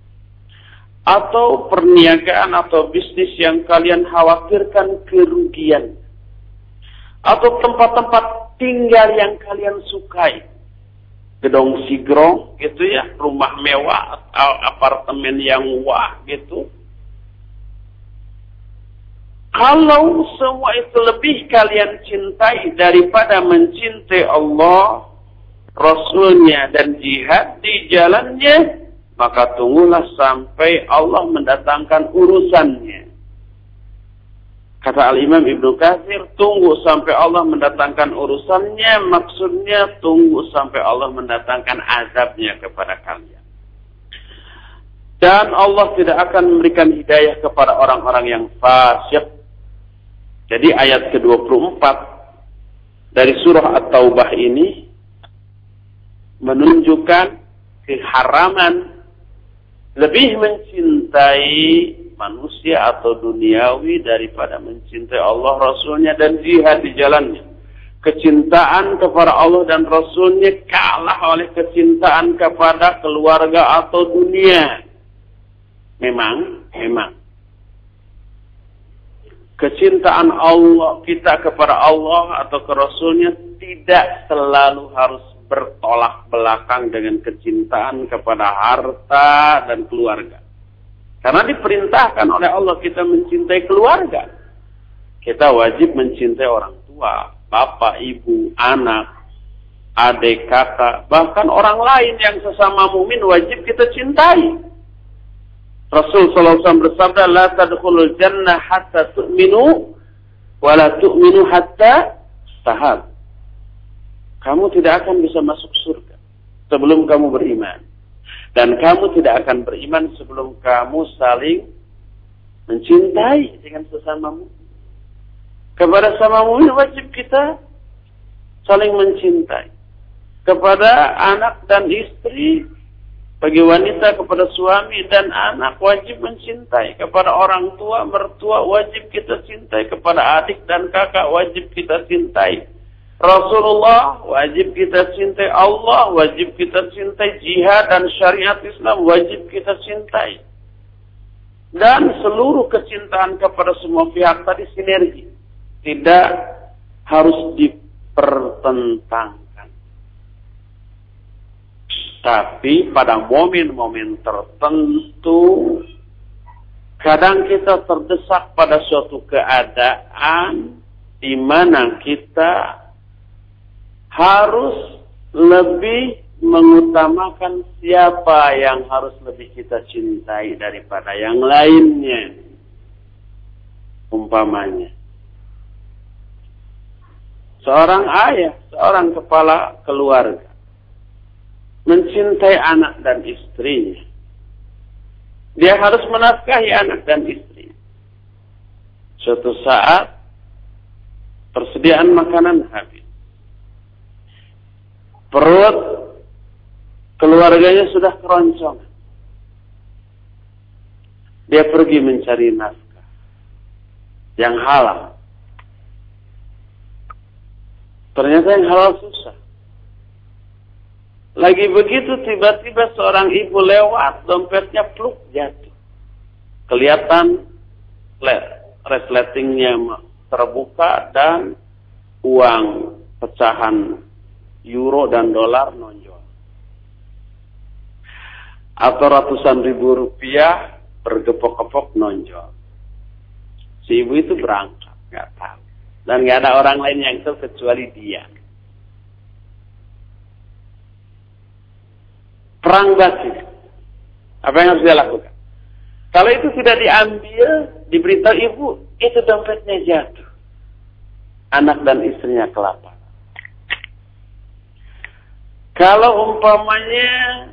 atau perniagaan atau bisnis yang kalian khawatirkan kerugian atau tempat-tempat tinggal yang kalian sukai, gedong sigrong gitu ya, rumah mewah atau apartemen yang wah gitu. Kalau semua itu lebih kalian cintai daripada mencintai Allah, Rasulnya dan jihad di jalannya, maka tunggulah sampai Allah mendatangkan urusannya. Kata Al-Imam Ibnu Katsir, tunggu sampai Allah mendatangkan urusannya, maksudnya tunggu sampai Allah mendatangkan azabnya kepada kalian. Dan Allah tidak akan memberikan hidayah kepada orang-orang yang fasik. Jadi ayat ke-24 dari surah At-Taubah ini menunjukkan keharaman lebih mencintai manusia atau duniawi daripada mencintai Allah, Rasulnya dan jihad di jalannya. Kecintaan kepada Allah dan Rasulnya kalah oleh kecintaan kepada keluarga atau dunia. Memang kecintaan Allah kita kepada Allah atau ke Rasulnya tidak selalu harus bertolak belakang dengan kecintaan kepada harta dan keluarga. Karena diperintahkan oleh Allah kita mencintai keluarga. Kita wajib mencintai orang tua, bapak, ibu, anak, adik, kakak, bahkan orang lain yang sesama mukmin wajib kita cintai. Rasul sallallahu alaihi wasallam bersabda, "La tadkhulul jannah hatta tu'minu wa la tu'minu hatta tahab." Kamu tidak akan bisa masuk surga sebelum kamu beriman. Dan kamu tidak akan beriman sebelum kamu saling mencintai dengan sesamamu. Kepada sesama mukmin wajib kita saling mencintai. Kepada anak dan istri, bagi wanita kepada suami dan anak wajib mencintai. Kepada orang tua, mertua wajib kita cintai. Kepada adik dan kakak wajib kita cintai. Rasulullah, wajib kita cintai Allah, wajib kita cintai jihad dan syariat Islam, wajib kita cintai. Dan seluruh kecintaan kepada semua pihak tadi sinergi. Tidak harus dipertentangkan. Tapi pada momen-momen tertentu, kadang kita terdesak pada suatu keadaan di mana kita harus lebih mengutamakan siapa yang harus lebih kita cintai daripada yang lainnya. Umpamanya, seorang ayah, seorang kepala keluarga mencintai anak dan istrinya. Dia harus menafkahi anak dan istrinya. Suatu saat persediaan makanan habis. Perut keluarganya sudah keroncongan. Dia pergi mencari nafkah yang halal. Ternyata yang halal susah. Lagi begitu tiba-tiba seorang ibu lewat, dompetnya pluk jatuh. Kelihatan resletingnya terbuka dan uang pecahan euro dan dolar nonjol. Atau ratusan ribu rupiah bergepok-gepok nonjol. Si ibu itu berangkat, nggak tahu. Dan nggak ada orang lain yang tahu kecuali dia. Perang batin. Apa yang harus dia lakukan? Kalau itu tidak diambil, diberitahu ibu, itu dompetnya jatuh. Anak dan istrinya kelaparan. Kalau umpamanya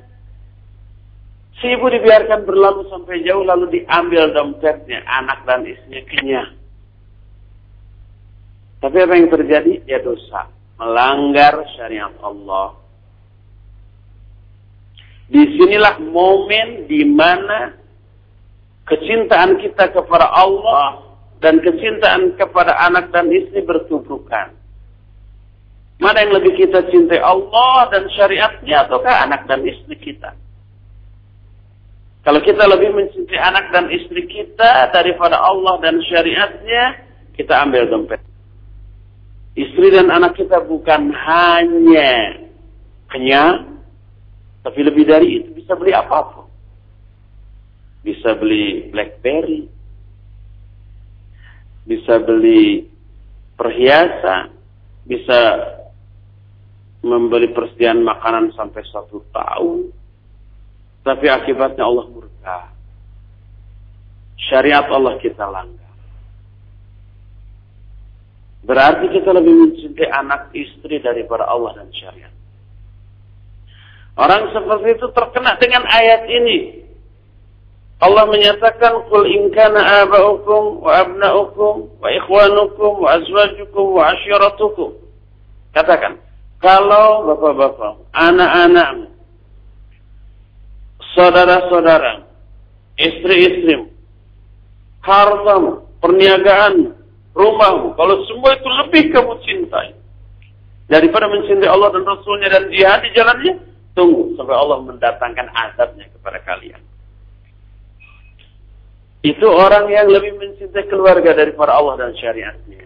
si ibu dibiarkan berlalu sampai jauh lalu diambil dompetnya, anak dan istrinya kenyang. Tapi apa yang terjadi? Dia dosa, melanggar syariat Allah. Disinilah momen di mana kecintaan kita kepada Allah dan kecintaan kepada anak dan istri bertuburukan. Mana yang lebih kita cintai, Allah dan syariatnya ataukah anak dan istri kita? Kalau kita lebih mencintai anak dan istri kita daripada Allah dan syariatnya, kita ambil dompet. Istri dan anak kita bukan hanya kenyang, tapi lebih dari itu bisa beli apapun. Bisa beli BlackBerry, bisa beli perhiasan, bisa membeli persediaan makanan sampai 1 tahun. Tapi akibatnya Allah murka. Syariat Allah kita langgar. Berarti kita lebih mencintai anak istri daripada Allah dan syariat. Orang seperti itu terkena dengan ayat ini. Allah menyatakan, "Qul in kana aba'ukum wa abna'ukum wa ikhwanukum wa azwajukum wa ashiratukum." Katakan, kalau bapak-bapak, anak-anakmu, saudara-saudara, istri-istrimu, hartamu, perniagaanmu, rumahmu, kalau semua itu lebih kamu cintai daripada mencintai Allah dan Rasulnya dan jihad di jalannya, tunggu sampai Allah mendatangkan azabnya kepada kalian. Itu orang yang lebih mencintai keluarga daripada Allah dan syariatnya.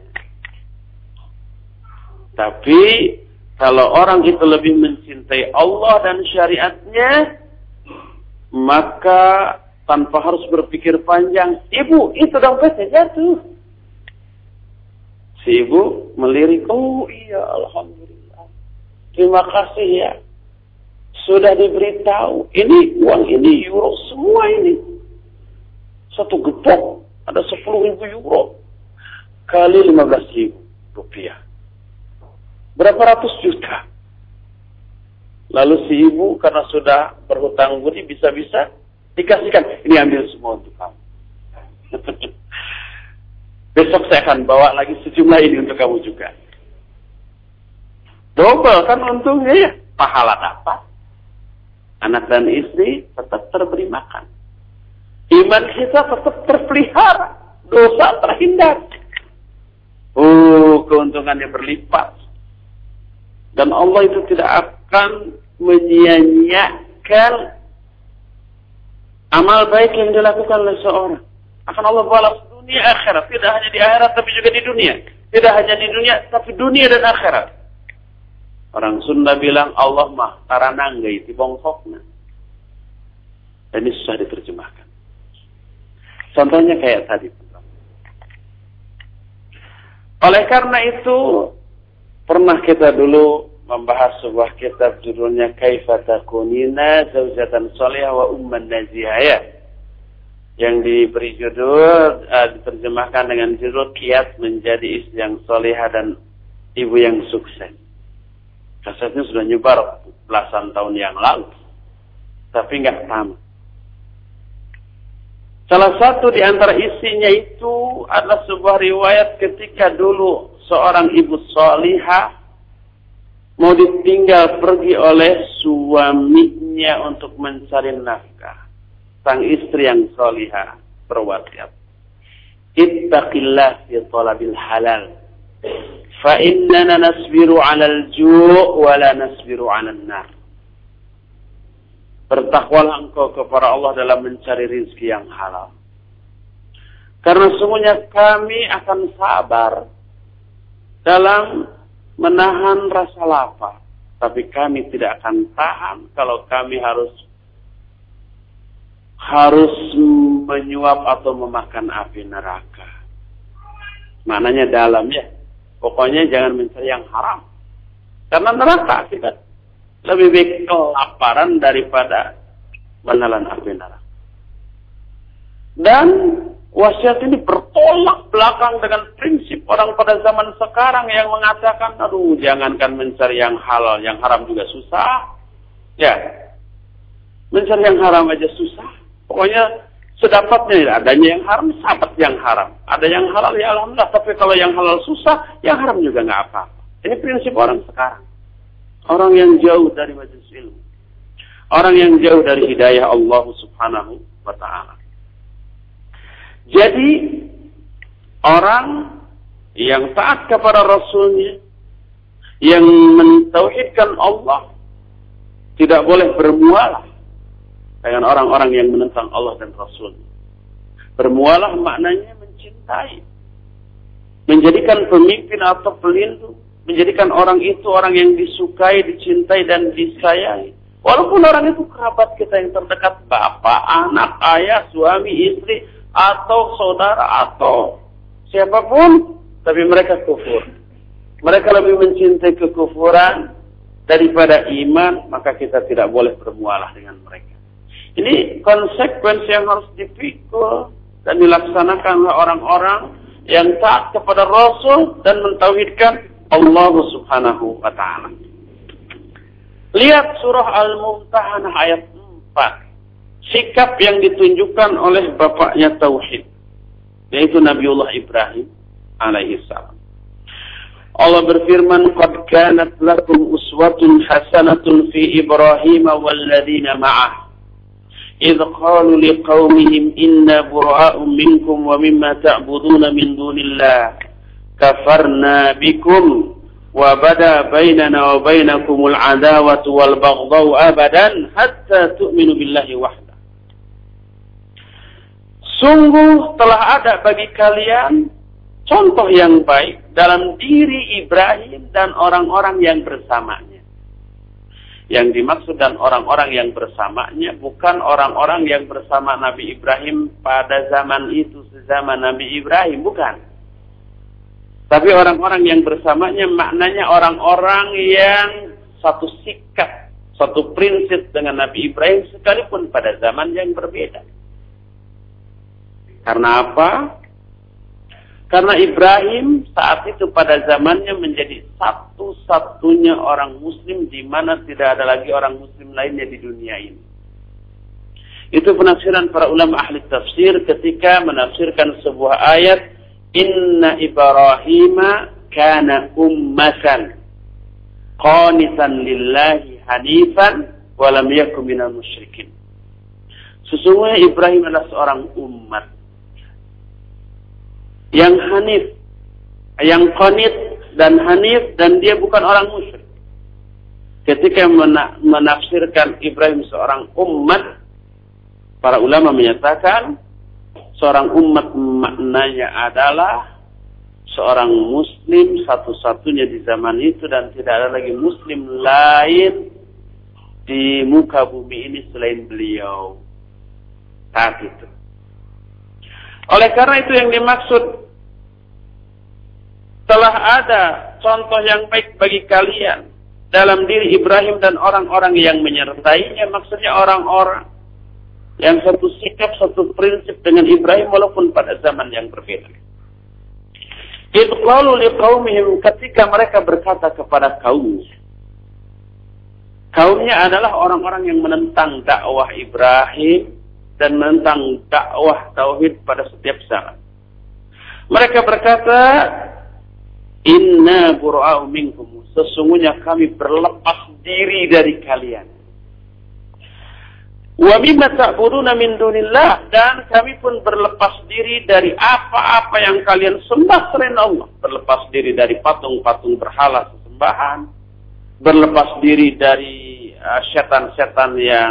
Tapi kalau orang itu lebih mencintai Allah dan syariatnya, maka tanpa harus berpikir panjang, ibu itu dompetnya jatuh. Si ibu melirik, oh iya alhamdulillah, terima kasih ya, sudah diberitahu, ini uang ini euro semua ini, 1 gepok ada 10.000 euro kali 15.000 rupiah. Berapa ratus juta. Lalu si ibu karena sudah berhutang budi bisa-bisa dikasihkan. Ini ambil semua untuk kamu. Besok saya akan bawa lagi sejumlah ini untuk kamu juga. Double kan untungnya ya. Pahala dapat. Anak dan istri tetap terberi makan. Iman kita tetap terpelihara. Dosa terhindar. Keuntungannya berlipat. Dan Allah itu tidak akan menyia-nyiakan amal baik yang dilakukan oleh seorang. Akan Allah balas dunia akhirat. Tidak hanya di akhirat tapi juga di dunia. Tidak hanya di dunia tapi dunia dan akhirat. Orang Sunda bilang Allah mah tarananggai di bongkokna. Dan ini susah diterjemahkan. Contohnya kayak tadi. Oleh karena itu, pernah kita dulu membahas sebuah kitab judulnya Kaifa Takunina Zaujatan Shalihah wa Umman Nazihah, yang diberi judul, diterjemahkan dengan judul Kiat Menjadi Istri yang Shalihah dan Ibu yang Sukses. Kasetnya sudah nyebar belasan tahun yang lalu, tapi nggak tamat. Salah satu di antara isinya itu adalah sebuah riwayat ketika dulu seorang ibu salihah mau ditinggal pergi oleh suaminya untuk mencari nafkah. Sang istri yang salihah berwasiat, ittaqillah fi talabil halal, fa innana nasbiru 'alal ju' wa la nasbiru 'alan nar. Bertakwalah engkau kepada Allah dalam mencari rezeki yang halal. Karena sungguhnya kami akan sabar dalam menahan rasa lapar. Tapi kami tidak akan tahan kalau kami harus menyuap atau memakan api neraka. Maknanya dalam ya. Pokoknya jangan mencari yang haram. Karena neraka kita lebih baik kelaparan daripada menelan api neraka. Dan wasiat ini bertolak belakang dengan prinsip orang pada zaman sekarang yang mengatakan, aduh jangankan mencari yang halal, yang haram juga susah. Ya, mencari yang haram aja susah. Pokoknya sedapatnya adanya yang haram, sahabat yang haram. Ada yang halal ya alhamdulillah, tapi kalau yang halal susah, yang haram juga nggak apa-apa. Ini prinsip orang sekarang. Orang yang jauh dari majelis ilmu. Orang yang jauh dari hidayah Allah subhanahu wa ta'ala. Jadi, orang yang taat kepada Rasulnya, yang mentauhidkan Allah, tidak boleh bermualah dengan orang-orang yang menentang Allah dan Rasulnya. Bermualah maknanya mencintai. Menjadikan pemimpin atau pelindung. Menjadikan orang itu orang yang disukai, dicintai, dan disayangi. Walaupun orang itu kerabat kita yang terdekat, bapak, anak, ayah, suami, istri, atau saudara, atau siapapun, tapi mereka kufur. Mereka lebih mencintai kekufuran daripada iman, maka kita tidak boleh bermualah dengan mereka. Ini konsekuensi yang harus dipikul dan dilaksanakan oleh orang-orang yang taat kepada Rasul dan mentauhidkan Allah subhanahu wa ta'ala. Lihat surah Al-Mumtahanah ayat 4. Sikap yang ditunjukkan oleh bapaknya Tauhid, yaitu Nabiullah Ibrahim alaihissalam. Allah berfirman, "Qad kanat lakum uswatun hasanatun fi Ibrahim walladzina ma'ah. إذ قالوا لقومهم إنا براء منكم ومما تعبدون من دون الله كفرنا بكم وبدا بيننا وبينكم العداوة والبغضاء أبدا حتى تؤمنوا بالله وحده." Sungguh telah ada bagi kalian contoh yang baik dalam diri Ibrahim dan orang-orang yang bersamanya. Yang dimaksud dan orang-orang yang bersamanya bukan orang-orang yang bersama Nabi Ibrahim pada zaman itu, sezaman Nabi Ibrahim, bukan. Tapi orang-orang yang bersamanya maknanya orang-orang yang satu sikap, satu prinsip dengan Nabi Ibrahim sekalipun pada zaman yang berbeda. Karena apa? Karena Ibrahim saat itu pada zamannya menjadi satu-satunya orang muslim di mana tidak ada lagi orang muslim lainnya di dunia ini. Itu penafsiran para ulama ahli tafsir ketika menafsirkan sebuah ayat, "Inna Ibrahima kana ummatan qanitan lillahi hanifan wa lam yakun minal musyrikin." Sesungguhnya Ibrahim adalah seorang umat yang hanif, yang qanit dan hanif, dan dia bukan orang musyrik. ketika menafsirkan Ibrahim seorang umat, para ulama menyatakan seorang umat maknanya adalah seorang muslim satu-satunya di zaman itu, dan tidak ada lagi muslim lain di muka bumi ini selain beliau saat itu. Oleh karena itu yang dimaksud telah ada contoh yang baik bagi kalian dalam diri Ibrahim dan orang-orang yang menyertainya, maksudnya orang-orang yang satu sikap, satu prinsip dengan Ibrahim walaupun pada zaman yang berbeda. Itu qalu liqaumihim, ketika mereka berkata kepada kaumnya. Kaumnya adalah orang-orang yang menentang dakwah Ibrahim dan menentang dakwah tauhid pada setiap zaman. Mereka berkata, inna bura'u minkum, sesungguhnya kami berlepas diri dari kalian. Wa mimma ta'buduna min dunillah, dan kami pun berlepas diri dari apa-apa yang kalian sembah selain Allah. Berlepas diri dari patung-patung berhala sesembahan, berlepas diri dari setan-setan yang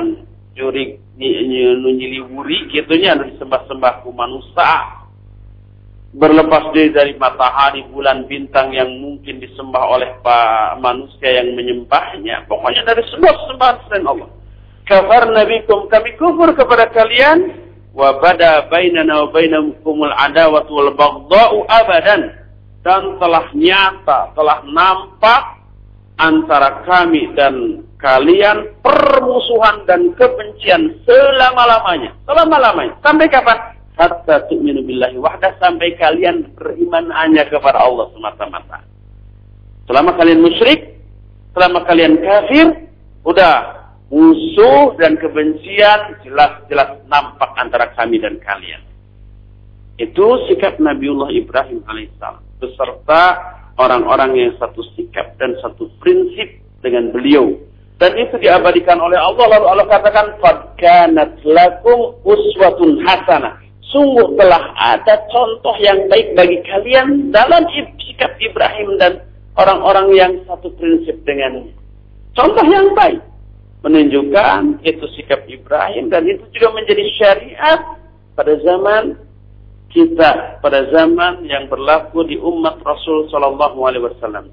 nyiliwuri gitunya disembah-sembah manusia. Berlepas diri dari matahari, bulan, bintang yang mungkin disembah oleh manusia yang menyembahnya. Pokoknya dari semua sembahan selain Allah. Kafarna bikum, kami kufur kepada kalian. Wa bada bainana wa bainakumul adawatu wal baghdha'u abadan. Dan telah nyata, telah nampak antara kami dan kalian permusuhan dan kebencian selama-lamanya. Selama-lamanya. Sampai kapan? Hatta tu'minu billahi wahdah, sampai kalian beriman hanya kepada Allah semata-mata. Selama kalian musyrik, selama kalian kafir, udah musuh dan kebencian jelas-jelas nampak antara kami dan kalian. Itu sikap Nabiullah Ibrahim alaihissalam beserta orang-orang yang satu sikap dan satu prinsip dengan beliau. Dan itu diabadikan oleh Allah. Lalu Allah katakan, qad kanat lakum uswatun hasanah. Sungguh telah ada contoh yang baik bagi kalian dalam sikap Ibrahim dan orang-orang yang satu prinsip dengannya. Contoh yang baik menunjukkan itu sikap Ibrahim, dan itu juga menjadi syariat pada zaman kita, pada zaman yang berlaku di umat Rasul sallallahu alaihi wasallam.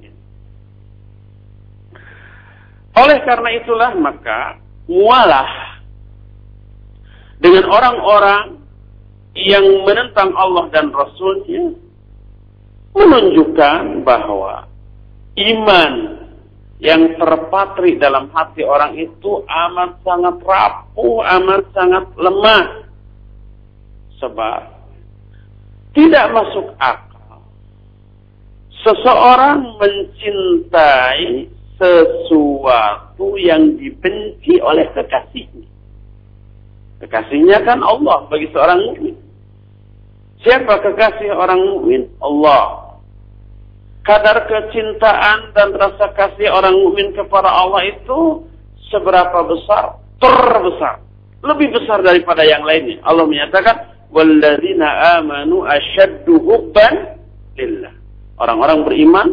Oleh karena itulah maka mualah dengan orang-orang yang menentang Allah dan Rasulnya menunjukkan bahwa iman yang terpatri dalam hati orang itu amat sangat rapuh, amat sangat lemah. Sebab tidak masuk akal seseorang mencintai sesuatu yang dibenci oleh kekasihnya. Kekasihnya kan Allah bagi seorang mukmin. Siapa kekasih orang mukmin? Allah. Kadar kecintaan dan rasa kasih orang mukmin kepada Allah itu seberapa besar? Terbesar. Lebih besar daripada yang lainnya. Allah menyatakan, walladzina amanu asyaddu hubban lillah. Orang-orang beriman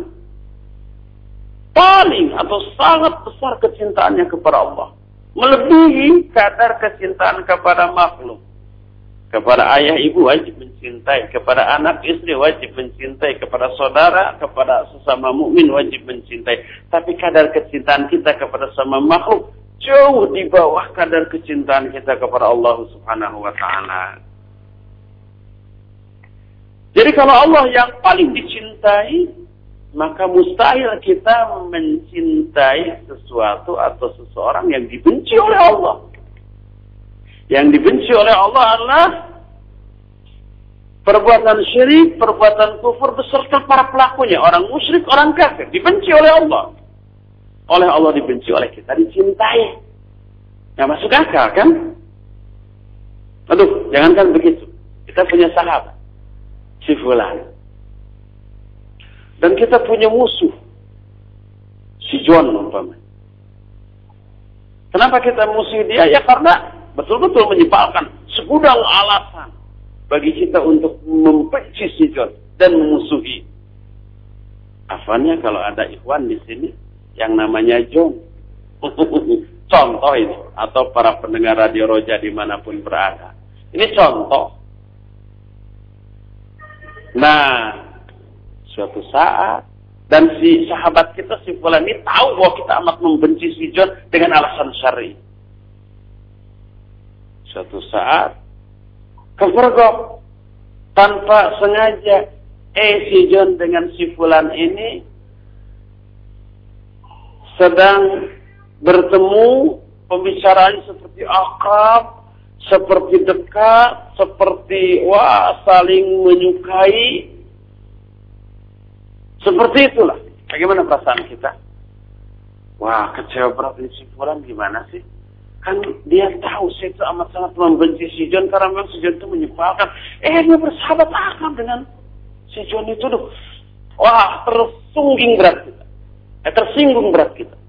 paling atau sangat besar kecintaannya kepada Allah. Melebihi kadar kecintaan kepada makhluk. Kepada ayah ibu wajib mencintai, kepada anak istri wajib mencintai, kepada saudara, kepada sesama mukmin wajib mencintai. Tapi kadar kecintaan kita kepada sesama makhluk jauh di bawah kadar kecintaan kita kepada Allah Subhanahu wa taala. Jadi kalau Allah yang paling dicintai, maka mustahil kita mencintai sesuatu atau seseorang yang dibenci oleh Allah. Yang dibenci oleh Allah adalah perbuatan syirik, perbuatan kufur beserta para pelakunya. Orang musyrik, orang kafir. Dibenci oleh Allah. Oleh Allah dibenci, oleh kita dicintai. Nggak masuk akal kan? Aduh, jangankan begitu. Kita punya sahabat. Si Fulan. Dan kita punya musuh. Si John umpamanya. Kenapa kita musuh dia? Ya karena betul-betul menyebalkan segudang alasan bagi kita untuk membenci si John dan memusuhi. Afanya kalau ada ikhwan di sini yang namanya John, Contoh ini, atau para pendengar Radio Roja dimanapun berada. Ini contoh. Nah, suatu saat, dan si sahabat kita, si Fulan ini tahu bahwa kita amat membenci si John dengan alasan syar'i. Suatu saat, kepergok, tanpa sengaja, si John dengan si Fulan ini sedang bertemu, pembicaraan seperti akrab, seperti dekat, seperti saling menyukai. Seperti itulah. Bagaimana perasaan kita? Wah, kecewa berat ini si Fulan gimana sih? Kan dia tahu saya itu amat sangat membenci si John karena memang si John itu menyebalkan. Dia bersahabat akrab dengan si John itu. Tersinggung berat kita. Tersinggung berat kita.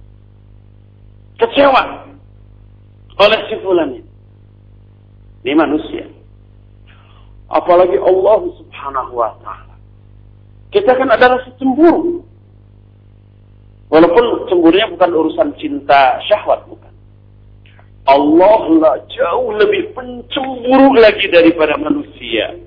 Kecewa oleh si Fulan ini. Ini manusia. Apalagi Allah Subhanahu wa ta'ala. Kita kan adalah cemburu. Walaupun cemburunya bukan urusan cinta syahwat, bukan. Allah lah jauh lebih pencemburu lagi daripada manusia.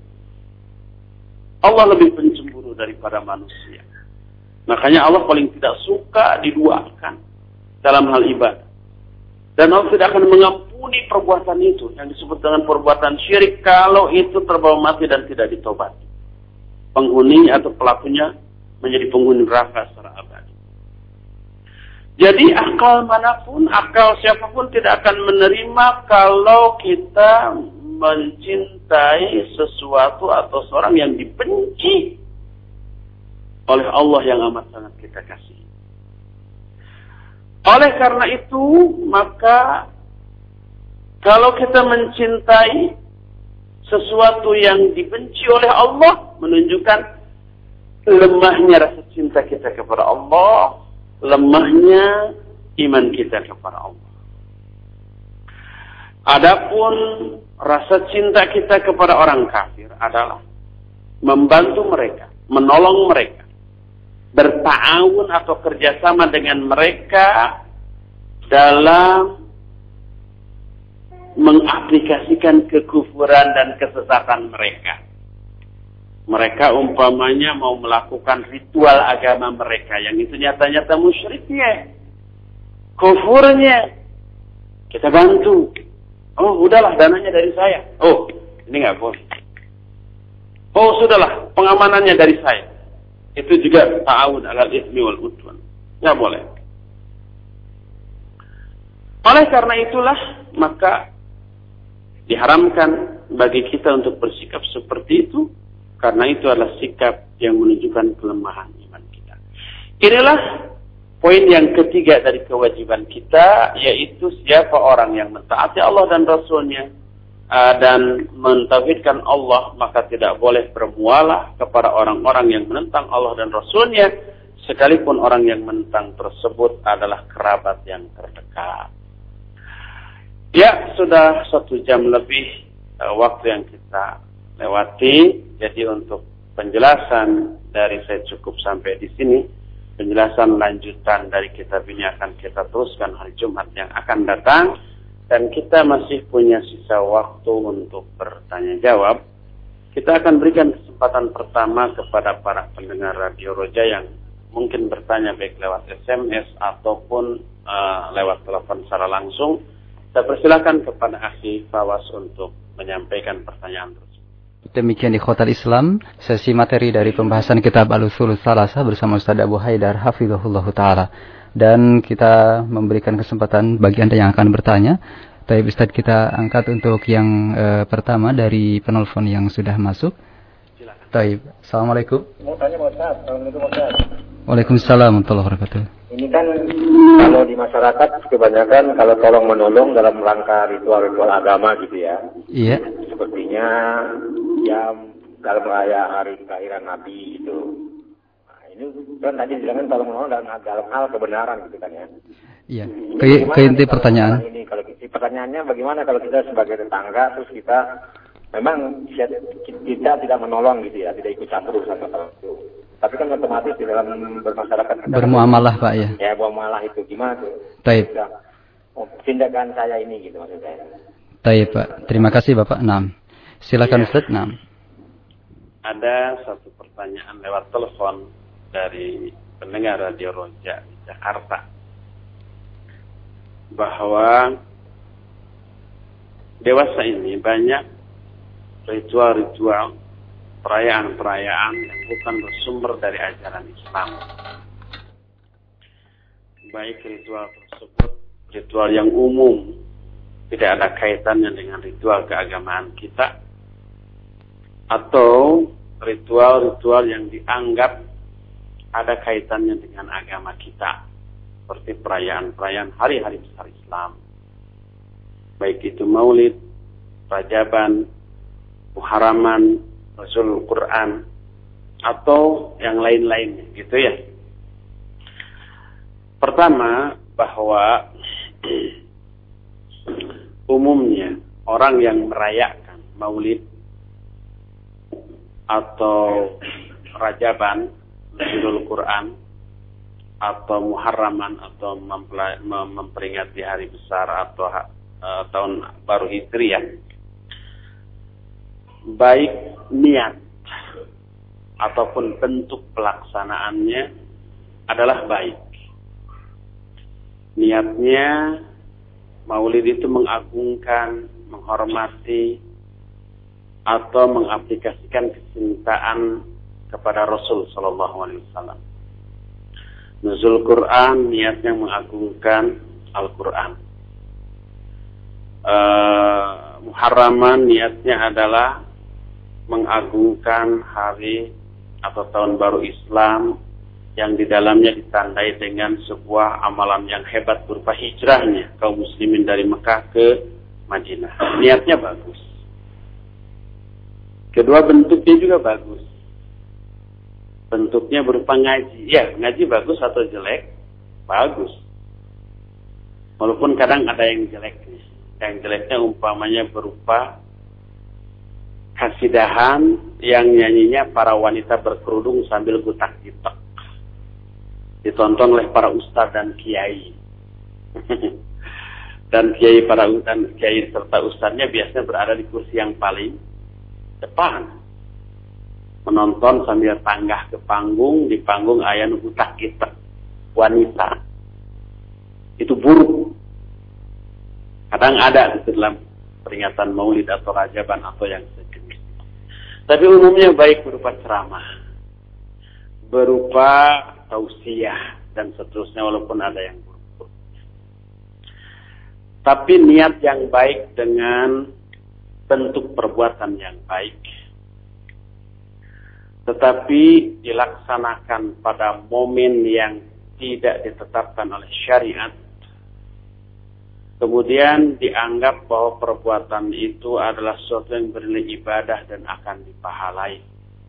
Allah lebih pencemburu daripada manusia. Makanya Allah paling tidak suka diduakan dalam hal ibadah. Dan Allah tidak akan mengampuni perbuatan itu yang disebut dengan perbuatan syirik kalau itu terbawa mati dan tidak ditobati. Penghuni atau pelakunya menjadi penghuni neraka secara abadi. Jadi akal manapun, akal siapapun tidak akan menerima kalau kita mencintai sesuatu atau seorang yang dibenci oleh Allah yang amat sangat kita kasih. Oleh karena itu, maka kalau kita mencintai sesuatu yang dibenci oleh Allah, menunjukkan lemahnya rasa cinta kita kepada Allah, lemahnya iman kita kepada Allah. Adapun rasa cinta kita kepada orang kafir adalah membantu mereka, menolong mereka, berta'awun atau kerjasama dengan mereka dalam mengaplikasikan kekufuran dan kesesatan mereka. Mereka umpamanya mau melakukan ritual agama mereka yang itu nyata-nyata musyriknya, kufurnya. Kita bantu. Oh, udahlah dananya dari saya. Oh, ini nggak boleh. Oh, sudahlah pengamanannya dari saya. Itu juga ta'awun 'alal itsmi wal 'udwan. Nggak boleh. Oleh karena itulah maka diharamkan bagi kita untuk bersikap seperti itu, karena itu adalah sikap yang menunjukkan kelemahan iman kita. Inilah poin yang ketiga dari kewajiban kita, yaitu siapa orang yang mentaati Allah dan Rasul-Nya dan mentauhidkan Allah, maka tidak boleh bermualah kepada orang-orang yang menentang Allah dan Rasul-Nya, sekalipun orang yang menentang tersebut adalah kerabat yang terdekat. Ya, sudah 1 jam lebih waktu yang kita lewati. Jadi untuk penjelasan dari saya cukup sampai di sini. Penjelasan lanjutan dari kitab ini akan kita teruskan hari Jumat yang akan datang. Dan kita masih punya sisa waktu untuk bertanya jawab. Kita akan berikan kesempatan pertama kepada para pendengar Radio Roja yang mungkin bertanya baik lewat SMS ataupun lewat telepon secara langsung. Saya persilakan kepada Akhi Fawas untuk menyampaikan pertanyaan tersebut. Demikian di Khotal Islam, sesi materi dari pembahasan kitab Al-Ushul Tsalasah bersama Ustaz Abu Haidar Hafizahullah Ta'ala. Dan kita memberikan kesempatan bagi Anda yang akan bertanya. Tapi Ustaz, kita angkat untuk yang pertama dari penelpon yang sudah masuk. Baik, Assalamualaikum. Mau tanya Pak Ustaz, Assalamualaikum Pak Ustaz. Waalaikumsalam warahmatullahi wabarakatuh. Ini kan kalau di masyarakat kebanyakan kalau tolong menolong dalam rangka ritual-ritual agama gitu ya. Iya. Sepertinya ya dalam raya hari kelahiran Nabi itu. Nah, ini kan tadi bilang tolong menolong dalam hal kebenaran gitu kan ya. Iya. Ke inti pertanyaan. Ini kalau pertanyaannya bagaimana kalau kita sebagai tetangga terus kita memang kita tidak menolong gitu ya, tidak ikut campur sama itu. Tapi kan otomatis di dalam bermasyarakat bermuamalah Pak ya. Ya bermuamalah itu gimana tuh? Taib. Tindakan saya ini gitu maksud saya. Taib Pak. Terima kasih Bapak. Naam. Silakan Ya. Ustaz. Naam. Ada satu pertanyaan lewat telepon dari pendengar Radio Roja di Jakarta, bahwa dewasa ini banyak ritual-ritual, perayaan-perayaan yang bukan bersumber dari ajaran Islam. Baik ritual tersebut ritual yang umum, tidak ada kaitannya dengan ritual keagamaan kita, atau ritual-ritual yang dianggap ada kaitannya dengan agama kita, seperti perayaan-perayaan hari-hari besar Islam, baik itu Maulid, Rajaban, Muharraman, Rasul Quran, atau yang lain-lainnya, gitu ya. Pertama, bahwa umumnya orang yang merayakan Maulid atau Rajaban, Rasul Quran, atau Muharraman, atau memperingati hari besar atau tahun baru Hijriah, baik niat ataupun bentuk pelaksanaannya adalah baik. Niatnya Maulid itu mengagungkan, menghormati, atau mengaplikasikan kecintaan kepada Rasul Sallallahu Alaihi Wasallam. Nuzul Quran niatnya mengagungkan Al-Quran. Muharraman niatnya adalah mengagungkan hari atau tahun baru Islam yang di dalamnya ditandai dengan sebuah amalan yang hebat berupa hijrahnya kaum muslimin dari Mekah ke Madinah. Niatnya bagus. Kedua, bentuknya juga bagus. Bentuknya berupa ngaji. Ya, ngaji bagus atau jelek? Bagus. Walaupun kadang ada yang jelek. Yang jeleknya umpamanya berupa kasidahan yang nyanyinya para wanita berkerudung sambil gutak-gitak. Ditonton oleh para ustaz dan kiai. Dan kiai serta ustaznya biasanya berada di kursi yang paling depan. Menonton sambil tanggah ke panggung, di panggung aya nu gutak-gitak wanita. Itu buruk. Kadang ada di dalam peringatan Maulid atau Rajaban atau yang sejenis. Tapi umumnya baik berupa ceramah, berupa tausiah dan seterusnya, walaupun ada yang buruk. Tapi niat yang baik dengan bentuk perbuatan yang baik, tetapi dilaksanakan pada momen yang tidak ditetapkan oleh syariat, kemudian dianggap bahwa perbuatan itu adalah sesuatu yang bernilai ibadah dan akan dipahalai.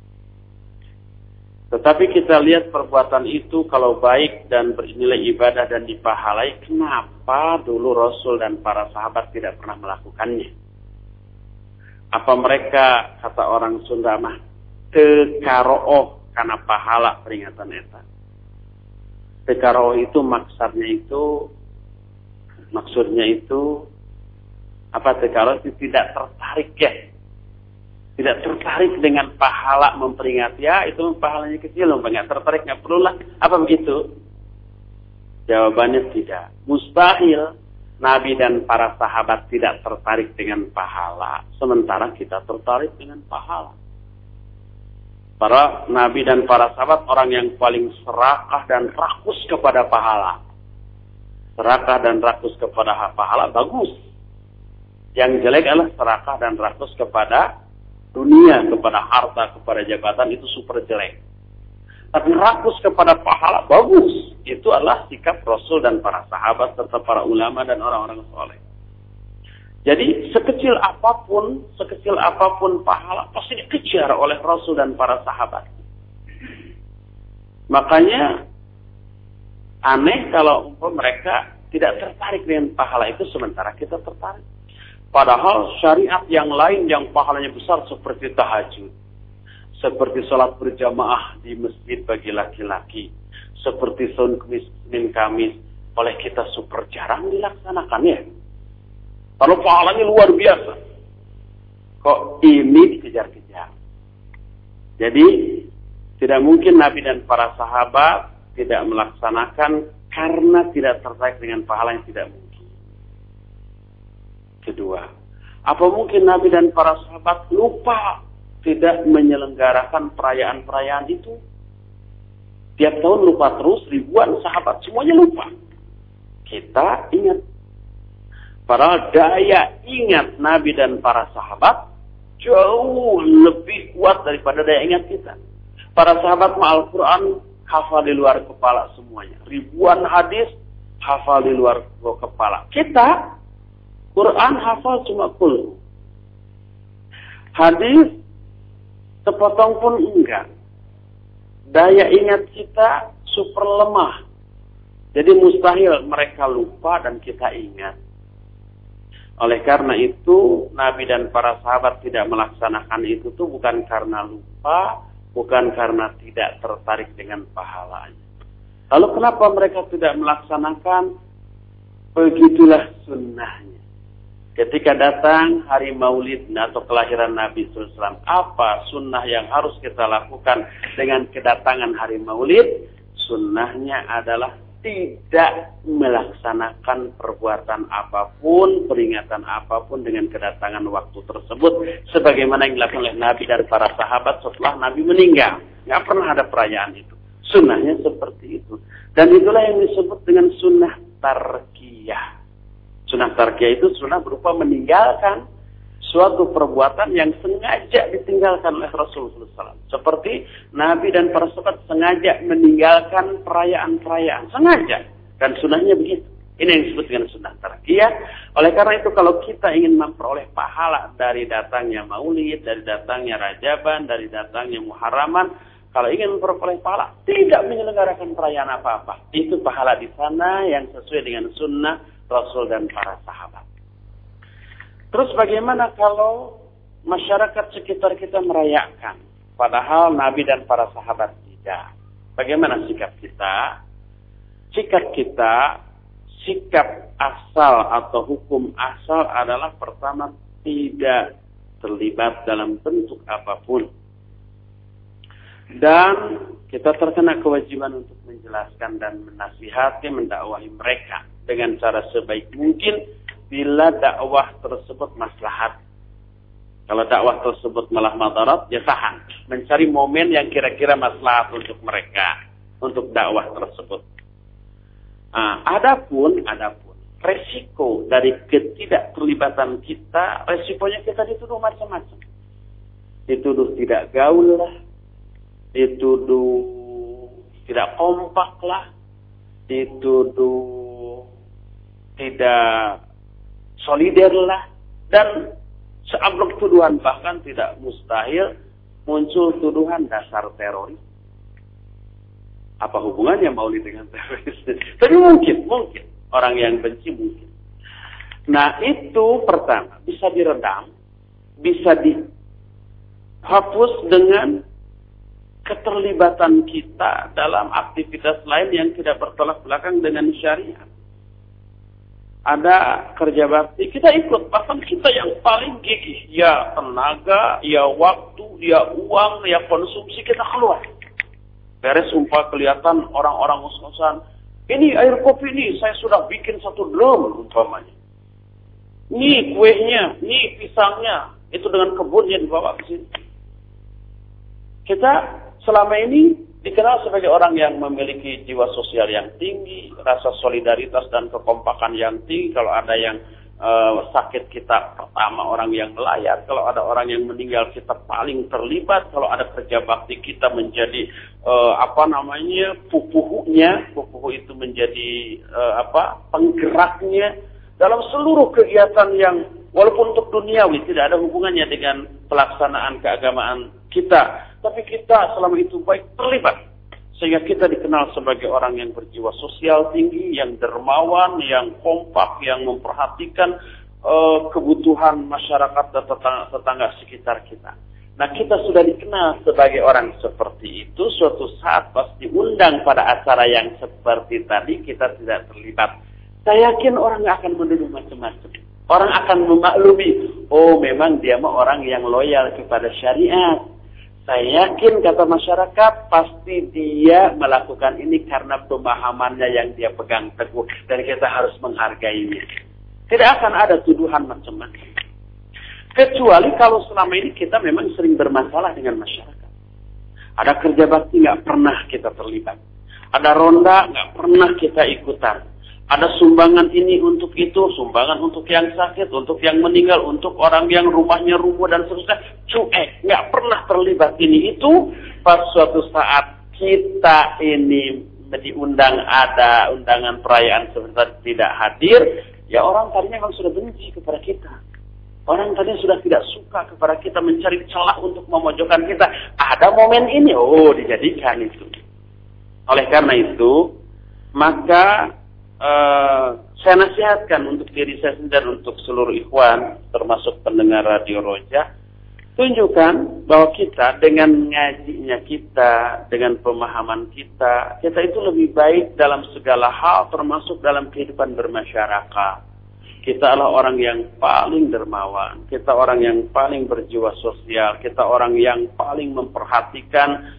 Tetapi kita lihat perbuatan itu kalau baik dan bernilai ibadah dan dipahalai, kenapa dulu Rasul dan para sahabat tidak pernah melakukannya? Apa mereka, kata orang Sunda mah, tekaro'oh karena pahala peringatan eta? Tekaro'oh itu maksudnya itu apa? Tekaro'oh itu tidak tertarik ya. Tidak tertarik dengan pahala memperingati, ya itu pahalanya kecil, nggak tertarik, nggak perlulah, apa begitu? Jawabannya tidak, mustahil. Nabi dan para sahabat tidak tertarik dengan pahala, sementara kita tertarik dengan pahala. Para Nabi dan para sahabat orang yang paling serakah dan rakus kepada pahala. Serakah dan rakus kepada pahala bagus. Yang jelek adalah serakah dan rakus kepada dunia, kepada harta, kepada jabatan, itu super jelek. Tapi rakus kepada pahala bagus. Itu adalah sikap Rasul dan para sahabat serta para ulama dan orang-orang soleh. Jadi sekecil apapun pahala pasti dikejar oleh Rasul dan para sahabat. Makanya aneh kalau mereka tidak tertarik dengan pahala itu sementara kita tertarik. Padahal syariat yang lain yang pahalanya besar seperti tahajud, seperti sholat berjamaah di masjid bagi laki-laki, seperti Senin Kamis oleh kita super jarang dilaksanakan ya. Kalau pahalanya luar biasa, kok ini dikejar-kejar. Jadi tidak mungkin Nabi dan para sahabat tidak melaksanakan karena tidak tertarik dengan pahala yang tidak mungkin. Kedua, apa mungkin Nabi dan para sahabat lupa tidak menyelenggarakan perayaan-perayaan itu? Tiap tahun lupa terus, ribuan sahabat semuanya lupa. Kita ingat. Padahal daya ingat Nabi dan para sahabat jauh lebih kuat daripada daya ingat kita. Para sahabat Al-Quran hafal di luar kepala semuanya. Ribuan hadis hafal di luar kepala. Kita Quran hafal cuma kul. Hadis sepotong pun enggak. Daya ingat kita super lemah. Jadi mustahil mereka lupa dan kita ingat. Oleh karena itu, Nabi dan para sahabat tidak melaksanakan itu tuh bukan karena lupa, bukan karena tidak tertarik dengan pahalanya. Lalu kenapa mereka tidak melaksanakan? Begitulah sunnahnya. Ketika datang hari Maulid atau kelahiran Nabi SAW, apa sunnah yang harus kita lakukan dengan kedatangan hari Maulid? Sunnahnya adalah tidak melaksanakan perbuatan apapun, peringatan apapun dengan kedatangan waktu tersebut, sebagaimana yang dilakukan oleh Nabi dan para sahabat setelah Nabi meninggal. Nggak pernah ada perayaan itu. Sunnahnya seperti itu. Dan itulah yang disebut dengan sunnah tarkiyah. Sunnah tarkiyah itu sunnah berupa meninggalkan suatu perbuatan yang sengaja ditinggalkan oleh Rasulullah SAW. Seperti Nabi dan para sahabat sengaja meninggalkan perayaan-perayaan. Sengaja. Dan sunnahnya begitu. Ini yang disebut dengan sunnah tarkiyah. Oleh karena itu kalau kita ingin memperoleh pahala dari datangnya Maulid, dari datangnya Rajaban, dari datangnya Muharraman, kalau ingin memperoleh pahala, tidak menyelenggarakan perayaan apa-apa. Itu pahala di sana yang sesuai dengan sunnah Rasul dan para sahabat. Terus bagaimana kalau masyarakat sekitar kita merayakan, padahal Nabi dan para sahabat tidak? Bagaimana sikap kita? Sikap asal atau hukum asal adalah pertama tidak terlibat dalam bentuk apapun. Dan kita terkena kewajiban untuk menjelaskan dan menasihati, mendakwahi mereka dengan cara sebaik mungkin bila dakwah tersebut maslahat. Kalau dakwah tersebut malah madarat, ya tahan. Mencari momen yang kira-kira maslahat untuk mereka, untuk dakwah tersebut. Adapun resiko dari ketidakterlibatan kita, resikonya kita dituduh macam-macam. Dituduh tidak gaul lah, dituduh tidak kompak lah, dituduh tidak solider lah, dan seablok tuduhan, bahkan tidak mustahil muncul tuduhan dasar teroris. Apa hubungannya Maulid dengan teroris? Tapi mungkin orang yang benci mungkin. Nah itu pertama bisa diredam, bisa dihapus dengan keterlibatan kita dalam aktivitas lain yang tidak bertolak belakang dengan syariat. Ada kerja bakti, kita ikut. Bahkan kita yang paling gigih. Ya tenaga, ya waktu, ya uang, ya konsumsi kita keluar. Beres umpah kelihatan orang-orang ngos-ngosan. Ini air kopi ini, saya sudah bikin 1 drum umpamanya. Ini kuehnya, ini pisangnya. Itu dengan kebunnya dibawa ke sini. Kita selama ini dikenal sebagai orang yang memiliki jiwa sosial yang tinggi, rasa solidaritas dan kekompakan yang tinggi. Kalau ada yang sakit, kita pertama orang yang melayat. Kalau ada orang yang meninggal, kita paling terlibat. Kalau ada kerja bakti, kita menjadi pupuhunya. Pupuhu itu menjadi penggeraknya dalam seluruh kegiatan yang walaupun untuk duniawi tidak ada hubungannya dengan pelaksanaan keagamaan kita, tapi kita selama itu baik terlibat, sehingga kita dikenal sebagai orang yang berjiwa sosial tinggi, yang dermawan, yang kompak, yang memperhatikan kebutuhan masyarakat dan tetangga sekitar kita. Nah, kita sudah dikenal sebagai orang seperti itu, suatu saat pas diundang pada acara yang seperti tadi, kita tidak terlibat. Saya yakin orang nggak akan menuduh macam-macam. Orang akan memaklumi, oh memang dia mah orang yang loyal kepada syariat. Saya yakin, kata masyarakat, pasti dia melakukan ini karena pemahamannya yang dia pegang teguh, dan kita harus menghargainya. Tidak akan ada tuduhan macam-macam. Kecuali kalau selama ini kita memang sering bermasalah dengan masyarakat. Ada kerja bakti nggak pernah kita terlibat. Ada ronda nggak pernah kita ikutan. Ada sumbangan ini untuk itu, sumbangan untuk yang sakit, untuk yang meninggal, untuk orang yang rumahnya rubuh dan seterusnya. Cuek, nggak pernah terlibat ini itu. Pas suatu saat kita ini diundang, ada undangan perayaan seperti tidak hadir, ya orang tadinya memang sudah benci kepada kita. Orang tadi sudah tidak suka kepada kita, mencari celah untuk memojokkan kita. Ada momen ini, oh dijadikan itu. Oleh karena itu, maka saya nasihatkan untuk diri saya sendiri dan untuk seluruh ikhwan, termasuk pendengar Radio Roja, tunjukkan bahwa kita dengan ngajinya kita, dengan pemahaman kita itu lebih baik dalam segala hal, termasuk dalam kehidupan bermasyarakat. Kita adalah orang yang paling dermawan, kita orang yang paling berjiwa sosial, kita orang yang paling memperhatikan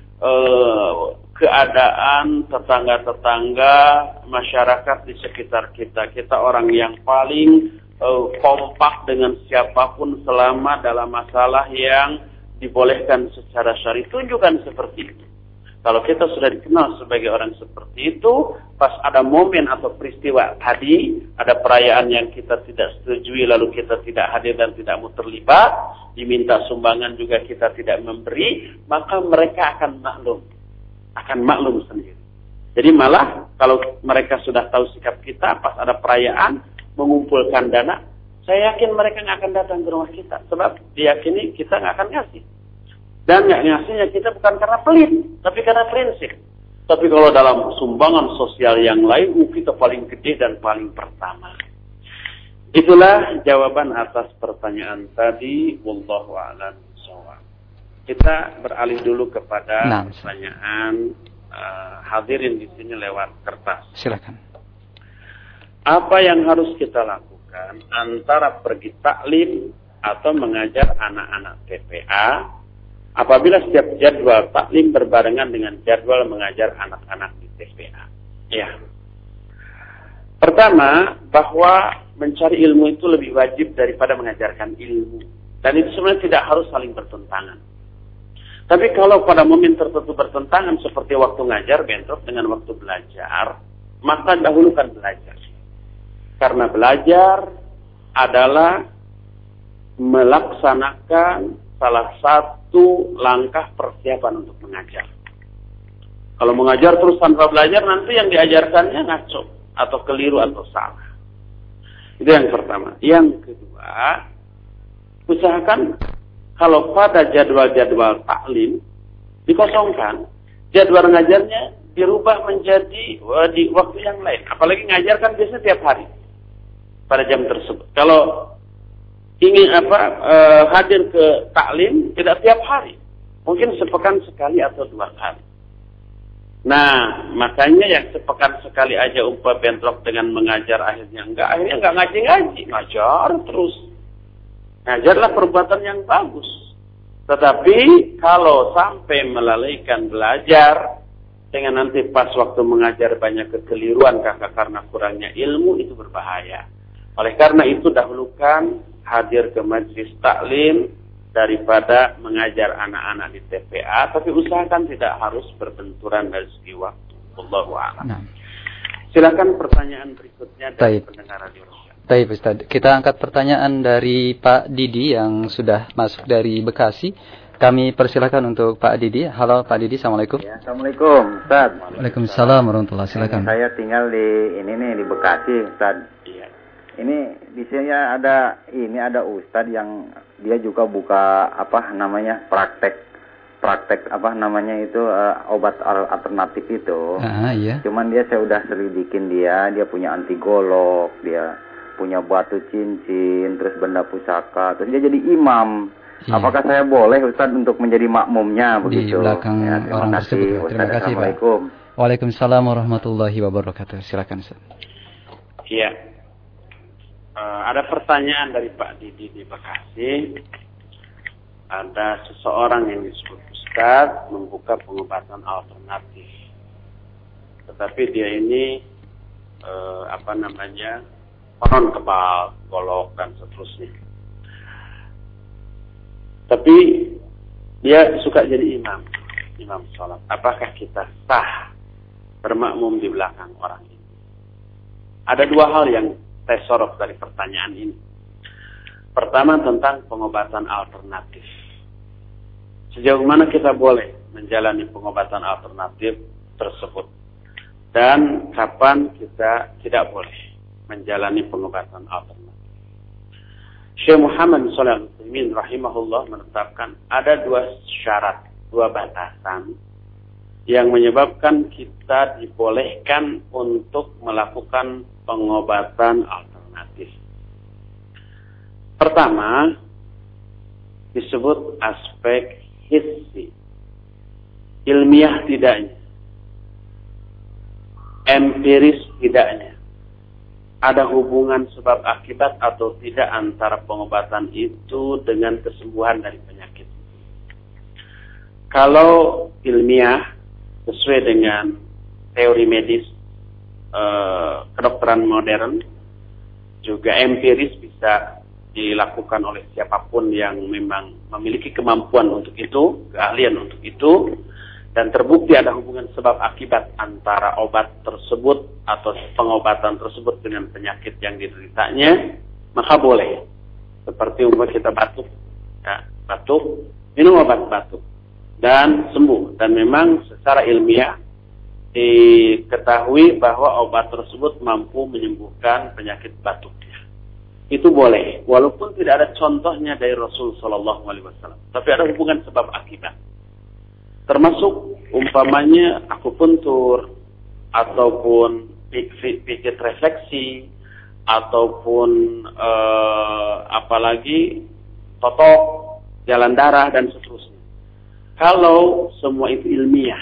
keadaan tetangga-tetangga, masyarakat di sekitar kita. Kita orang yang paling kompak dengan siapapun selama dalam masalah yang dibolehkan secara syar'i. Tunjukkan seperti itu. Kalau kita sudah dikenal sebagai orang seperti itu, pas ada momen atau peristiwa tadi, ada perayaan yang kita tidak setujui, lalu kita tidak hadir dan tidak mau terlibat, diminta sumbangan juga kita tidak memberi, maka mereka akan maklum sendiri. Jadi malah kalau mereka sudah tahu sikap kita, pas ada perayaan, mengumpulkan dana, saya yakin mereka nggak akan datang ke rumah kita, sebab diyakini kita nggak akan ngasih. Dan nggak ngasihnya kita bukan karena pelit, tapi karena prinsip. Tapi kalau dalam sumbangan sosial yang lain, kita paling gede dan paling pertama. Itulah jawaban atas pertanyaan tadi. Wallahu a'lam bishawab. Kita beralih dulu kepada pertanyaan hadirin di sini lewat kertas. Silakan. Apa yang harus kita lakukan antara pergi taklim atau mengajar anak-anak TPA apabila setiap jadwal taklim berbarengan dengan jadwal mengajar anak-anak di TPA? Ya. Pertama, bahwa mencari ilmu itu lebih wajib daripada mengajarkan ilmu. Dan itu sebenarnya tidak harus saling bertentangan. Tapi kalau pada momen tertentu bertentangan seperti waktu ngajar bentrok dengan waktu belajar, maka dahulukan belajar. Karena belajar adalah melaksanakan salah satu langkah persiapan untuk mengajar. Kalau mengajar terus tanpa belajar, nanti yang diajarkannya ngaco atau keliru atau salah. Itu yang pertama. Yang kedua, usahakan kalau pada jadwal-jadwal taklim dikosongkan, jadwal ngajarnya dirubah menjadi di waktu yang lain. Apalagi ngajar kan biasanya tiap hari pada jam tersebut. Kalau ingin hadir ke taklim tidak tiap hari, mungkin sepekan sekali atau 2 kali. Nah, makanya yang sepekan sekali aja bentrok dengan mengajar akhirnya nggak ngaji-ngaji, ngajar terus. Ngajarlah perbuatan yang bagus. Tetapi kalau sampai melalaikan belajar dengan nanti pas waktu mengajar banyak kekeliruan karena kurangnya ilmu, itu berbahaya. Oleh karena itu dahulukan hadir ke majelis taklim daripada mengajar anak-anak di TPA, tapi usahakan tidak harus berbenturan dari segi waktu. Wallahu a'lam. Nah. Silakan pertanyaan berikutnya dari pendengar Radio Roja. Baik, Ustaz. Kita angkat pertanyaan dari Pak Didi yang sudah masuk dari Bekasi. Kami persilakan untuk Pak Didi. Halo Pak Didi, Assalamualaikum. Ya, Assalamualaikum, Ustaz. Waalaikumsalam warahmatullahi wabarakatuh. Silakan. Saya tinggal di Bekasi, Ustaz. Iya. Ini di sini ada Ustaz yang dia juga buka praktek obat alternatif itu. Iya. Cuman saya udah selidikin dia punya anti golok, dia punya batu cincin, terus benda pusaka, terus dia jadi imam. Iya. Apakah saya boleh Ustaz untuk menjadi makmumnya begitu? Di belakang Ya, terima orang kasih, tersebut. Ustaz. Terima kasih, Pak. Assalamualaikum. Waalaikumsalam warahmatullahi wabarakatuh. Silakan, Ustaz. Iya. Ada pertanyaan dari Pak Didi di Bekasi. Ada seseorang yang disebut Ustaz membuka pengobatan alternatif. Tetapi dia ini konon kebal, golok dan seterusnya. Tapi dia suka jadi imam sholat. Apakah kita sah bermakmum di belakang orang ini? Ada dua hal yang saya sorot dari pertanyaan ini. Pertama tentang pengobatan alternatif. Sejauh mana kita boleh menjalani pengobatan alternatif tersebut? Dan kapan kita tidak boleh menjalani pengobatan alternatif? Syekh Muhammad Shalih Al-Utsaimin rahimahullah menetapkan ada dua syarat, dua batasan yang menyebabkan kita dibolehkan untuk melakukan pengobatan alternatif. Pertama, disebut aspek hissi, ilmiah tidaknya, empiris tidaknya, ada hubungan sebab akibat atau tidak antara pengobatan itu dengan kesembuhan dari penyakit. Kalau ilmiah sesuai dengan teori medis kedokteran modern, juga empiris bisa dilakukan oleh siapapun yang memang memiliki kemampuan untuk itu, keahlian untuk itu, dan terbukti ada hubungan sebab akibat antara obat tersebut atau pengobatan tersebut dengan penyakit yang dideritanya, maka boleh. Seperti umpama kita batuk, minum obat batuk dan sembuh. Dan memang secara ilmiah diketahui bahwa obat tersebut mampu menyembuhkan penyakit batuknya. Itu boleh, walaupun tidak ada contohnya dari Rasul Shallallahu Alaihi Wasallam, tapi ada hubungan sebab akibat. Termasuk umpamanya akupuntur ataupun pijat refleksi ataupun apalagi totok, jalan darah dan seterusnya. Kalau semua itu ilmiah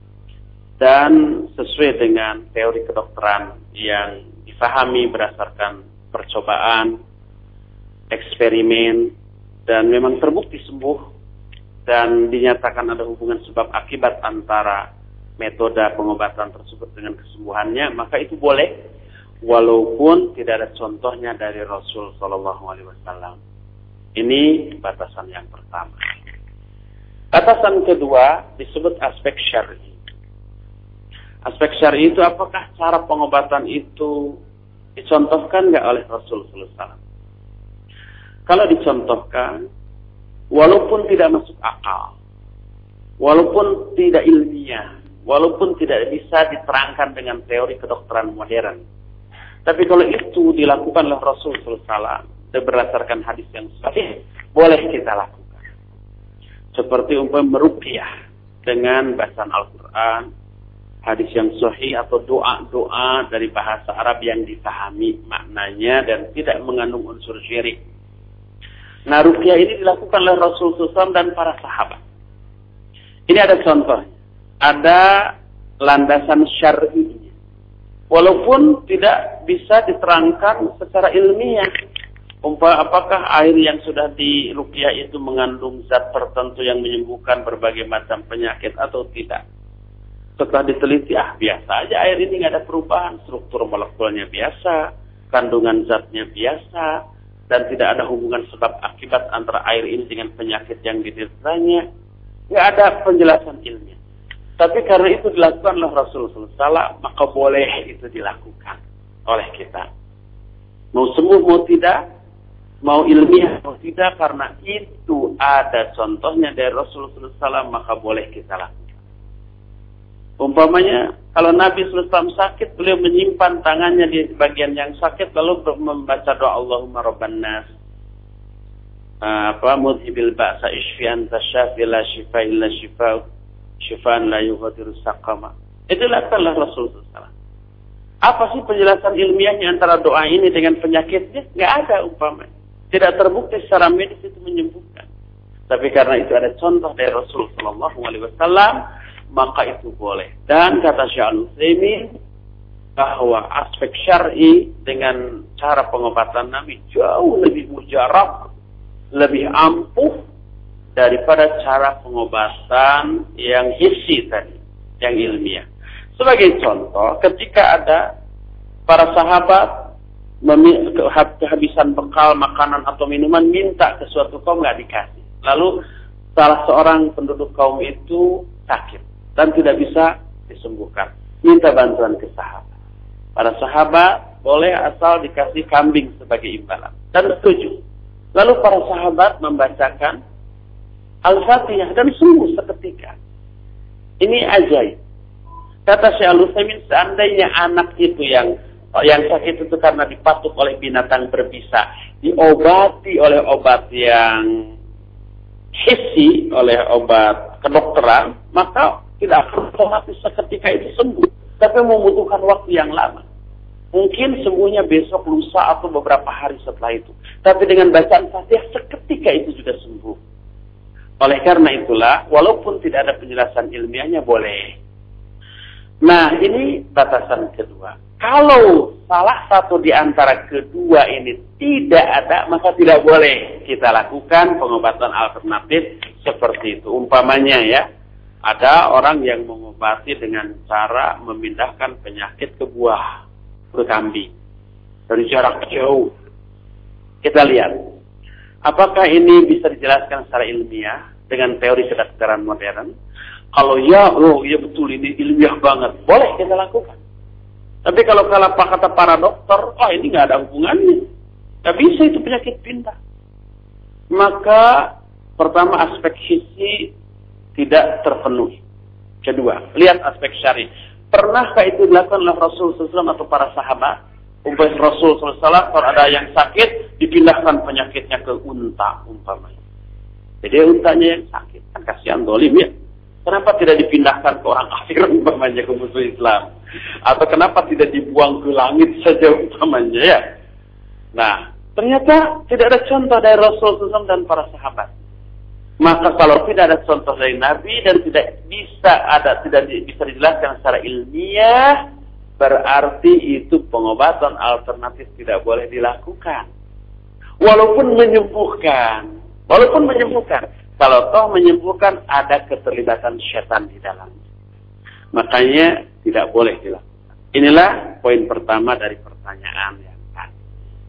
dan sesuai dengan teori kedokteran yang difahami berdasarkan percobaan, eksperimen, dan memang terbukti sembuh dan dinyatakan ada hubungan sebab akibat antara metode pengobatan tersebut dengan kesembuhannya, maka itu boleh walaupun tidak ada contohnya dari Rasul Shallallahu Alaihi Wasallam. Ini batasan yang pertama. Batasan kedua disebut aspek syar'i. Aspek syar'i itu apakah cara pengobatan itu dicontohkan nggak oleh Rasul Sallallahu Alaihi Wasallam? Kalau dicontohkan, walaupun tidak masuk akal, walaupun tidak ilmiah, walaupun tidak bisa diterangkan dengan teori kedokteran modern, tapi kalau itu dilakukan oleh Rasul Sallallahu Alaihi Wasallam berdasarkan hadis yang sahih, boleh kita lakukan. Seperti umpama meruqyah dengan bacaan Al-Quran, hadis yang sahih atau doa-doa dari bahasa Arab yang dipahami maknanya dan tidak mengandung unsur syirik. Nah, ruqyah ini dilakukan oleh Rasulullah SAW dan para sahabat. Ini ada contohnya. Ada landasan syar'inya. Walaupun tidak bisa diterangkan secara ilmiah. Apakah air yang sudah di ruqyah itu mengandung zat tertentu yang menyembuhkan berbagai macam penyakit atau tidak. Setelah diteliti, biasa aja air ini nggak ada perubahan. Struktur molekulnya biasa, kandungan zatnya biasa, dan tidak ada hubungan sebab akibat antara air ini dengan penyakit yang dideritanya. Nggak ada penjelasan ilmiah. Tapi karena itu dilakukan oleh Rasulullah SAW, maka boleh itu dilakukan oleh kita. Mau sembuh mau tidak, mau ilmiah mau tidak, karena itu ada contohnya dari Rasulullah SAW, maka boleh kita lakukan. Umpamanya, kalau Nabi SAW sakit, beliau menyimpan tangannya di bagian yang sakit, lalu membaca doa Allahumma Rabban Nas. Mudhibil ba'sa ishfi anta syafi la shifa illa shifa, shifaan la yughadiru saqama. Itu lakukanlah Rasulullah SAW. Apa sih penjelasan ilmiahnya antara doa ini dengan penyakitnya? Nggak ada umpamanya. Tidak terbukti secara medis itu menyembuhkan. Tapi karena itu ada contoh dari Rasul Sallallahu Alaihi Wasallam, maka itu boleh. Dan kata Syekh Al-Utsaimin bahwa aspek syar'i dengan cara pengobatan Nabi jauh lebih mujarab, lebih ampuh daripada cara pengobatan yang hissi tadi, yang ilmiah. Sebagai contoh, ketika ada para sahabat kehabisan bekal makanan atau minuman, minta ke suatu kaum, nggak dikasih. Lalu salah seorang penduduk kaum itu sakit dan tidak bisa disembuhkan, minta bantuan ke sahabat. Para sahabat boleh asal dikasih kambing sebagai imbalan dan setuju. Lalu para sahabat membacakan Al-Fatihah dan sembuh seketika. Ini ajaib. Kata Syekh Al-Utsaimin, seandainya anak itu yang sakit itu karena dipatuk oleh binatang berbisa, diobati oleh obat yang hissi, oleh obat kedokteran, maka tidak akan otomatis seketika itu sembuh, tapi membutuhkan waktu yang lama. Mungkin sembuhnya besok, lusa, atau beberapa hari setelah itu. Tapi dengan bacaan Fatihah seketika itu sudah sembuh. Oleh karena itulah, walaupun tidak ada penjelasan ilmiahnya, boleh. Nah, ini batasan kedua. Kalau salah satu di antara kedua ini tidak ada, maka tidak boleh kita lakukan pengobatan alternatif seperti itu. Umpamanya ya, ada orang yang mengobati dengan cara memindahkan penyakit ke buah, ke kambing dari jarak jauh. Kita lihat, apakah ini bisa dijelaskan secara ilmiah dengan teori kedokteran modern? Kalau ya, iya betul, ini ilmiah banget, boleh kita lakukan. Tapi kalau kata para dokter, ini nggak ada hubungannya, nggak bisa itu penyakit pindah. Maka pertama, aspek hissi tidak terpenuhi. Kedua, lihat aspek syar'i. Pernahkah itu dilakukan oleh Rasul SAW atau para sahabat? Umpamanya Rasul SAW, kalau ada yang sakit, dipindahkan penyakitnya ke unta, umpamanya. Jadi untanya yang sakit, kan kasihan, dolim ya. Kenapa tidak dipindahkan ke orang kafir, umpamanya, ke musuh Islam? Atau kenapa tidak dibuang ke langit saja, umpamanya ya? Nah, ternyata tidak ada contoh dari Rasul SAW dan para sahabat. Maka kalau tidak ada contoh dari Nabi dan tidak bisa dijelaskan secara ilmiah, berarti itu pengobatan alternatif tidak boleh dilakukan. Walaupun menyembuhkan. Kalau toh menyembuhkan, ada keterlibatan syaitan di dalamnya. Makanya tidak boleh dilakukan. Inilah poin pertama dari pertanyaan yang tadi.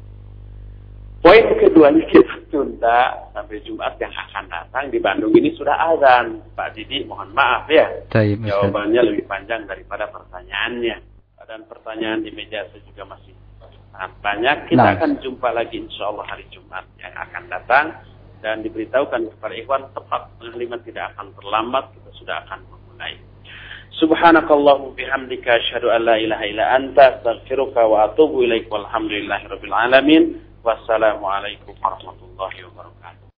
Poin keduanya kita tunda sampai Jumat yang akan datang. Di Bandung ini sudah azan. Pak Didi, mohon maaf ya. Jawabannya lebih panjang daripada pertanyaannya. Dan pertanyaan di meja saya juga masih sangat banyak. Kita akan jumpa lagi insya Allah hari Jumat yang akan datang. Dan diberitahukan kepada ikhwan, tepat pengaliman tidak akan terlambat, kita sudah akan memulai. Subhanakallahumma bihamdika asyhadu an la ilaha illa anta astaghfiruka wa atubu ilaik walhamdulillahirabbil alamin. Wassalamualaikum warahmatullahi wabarakatuh.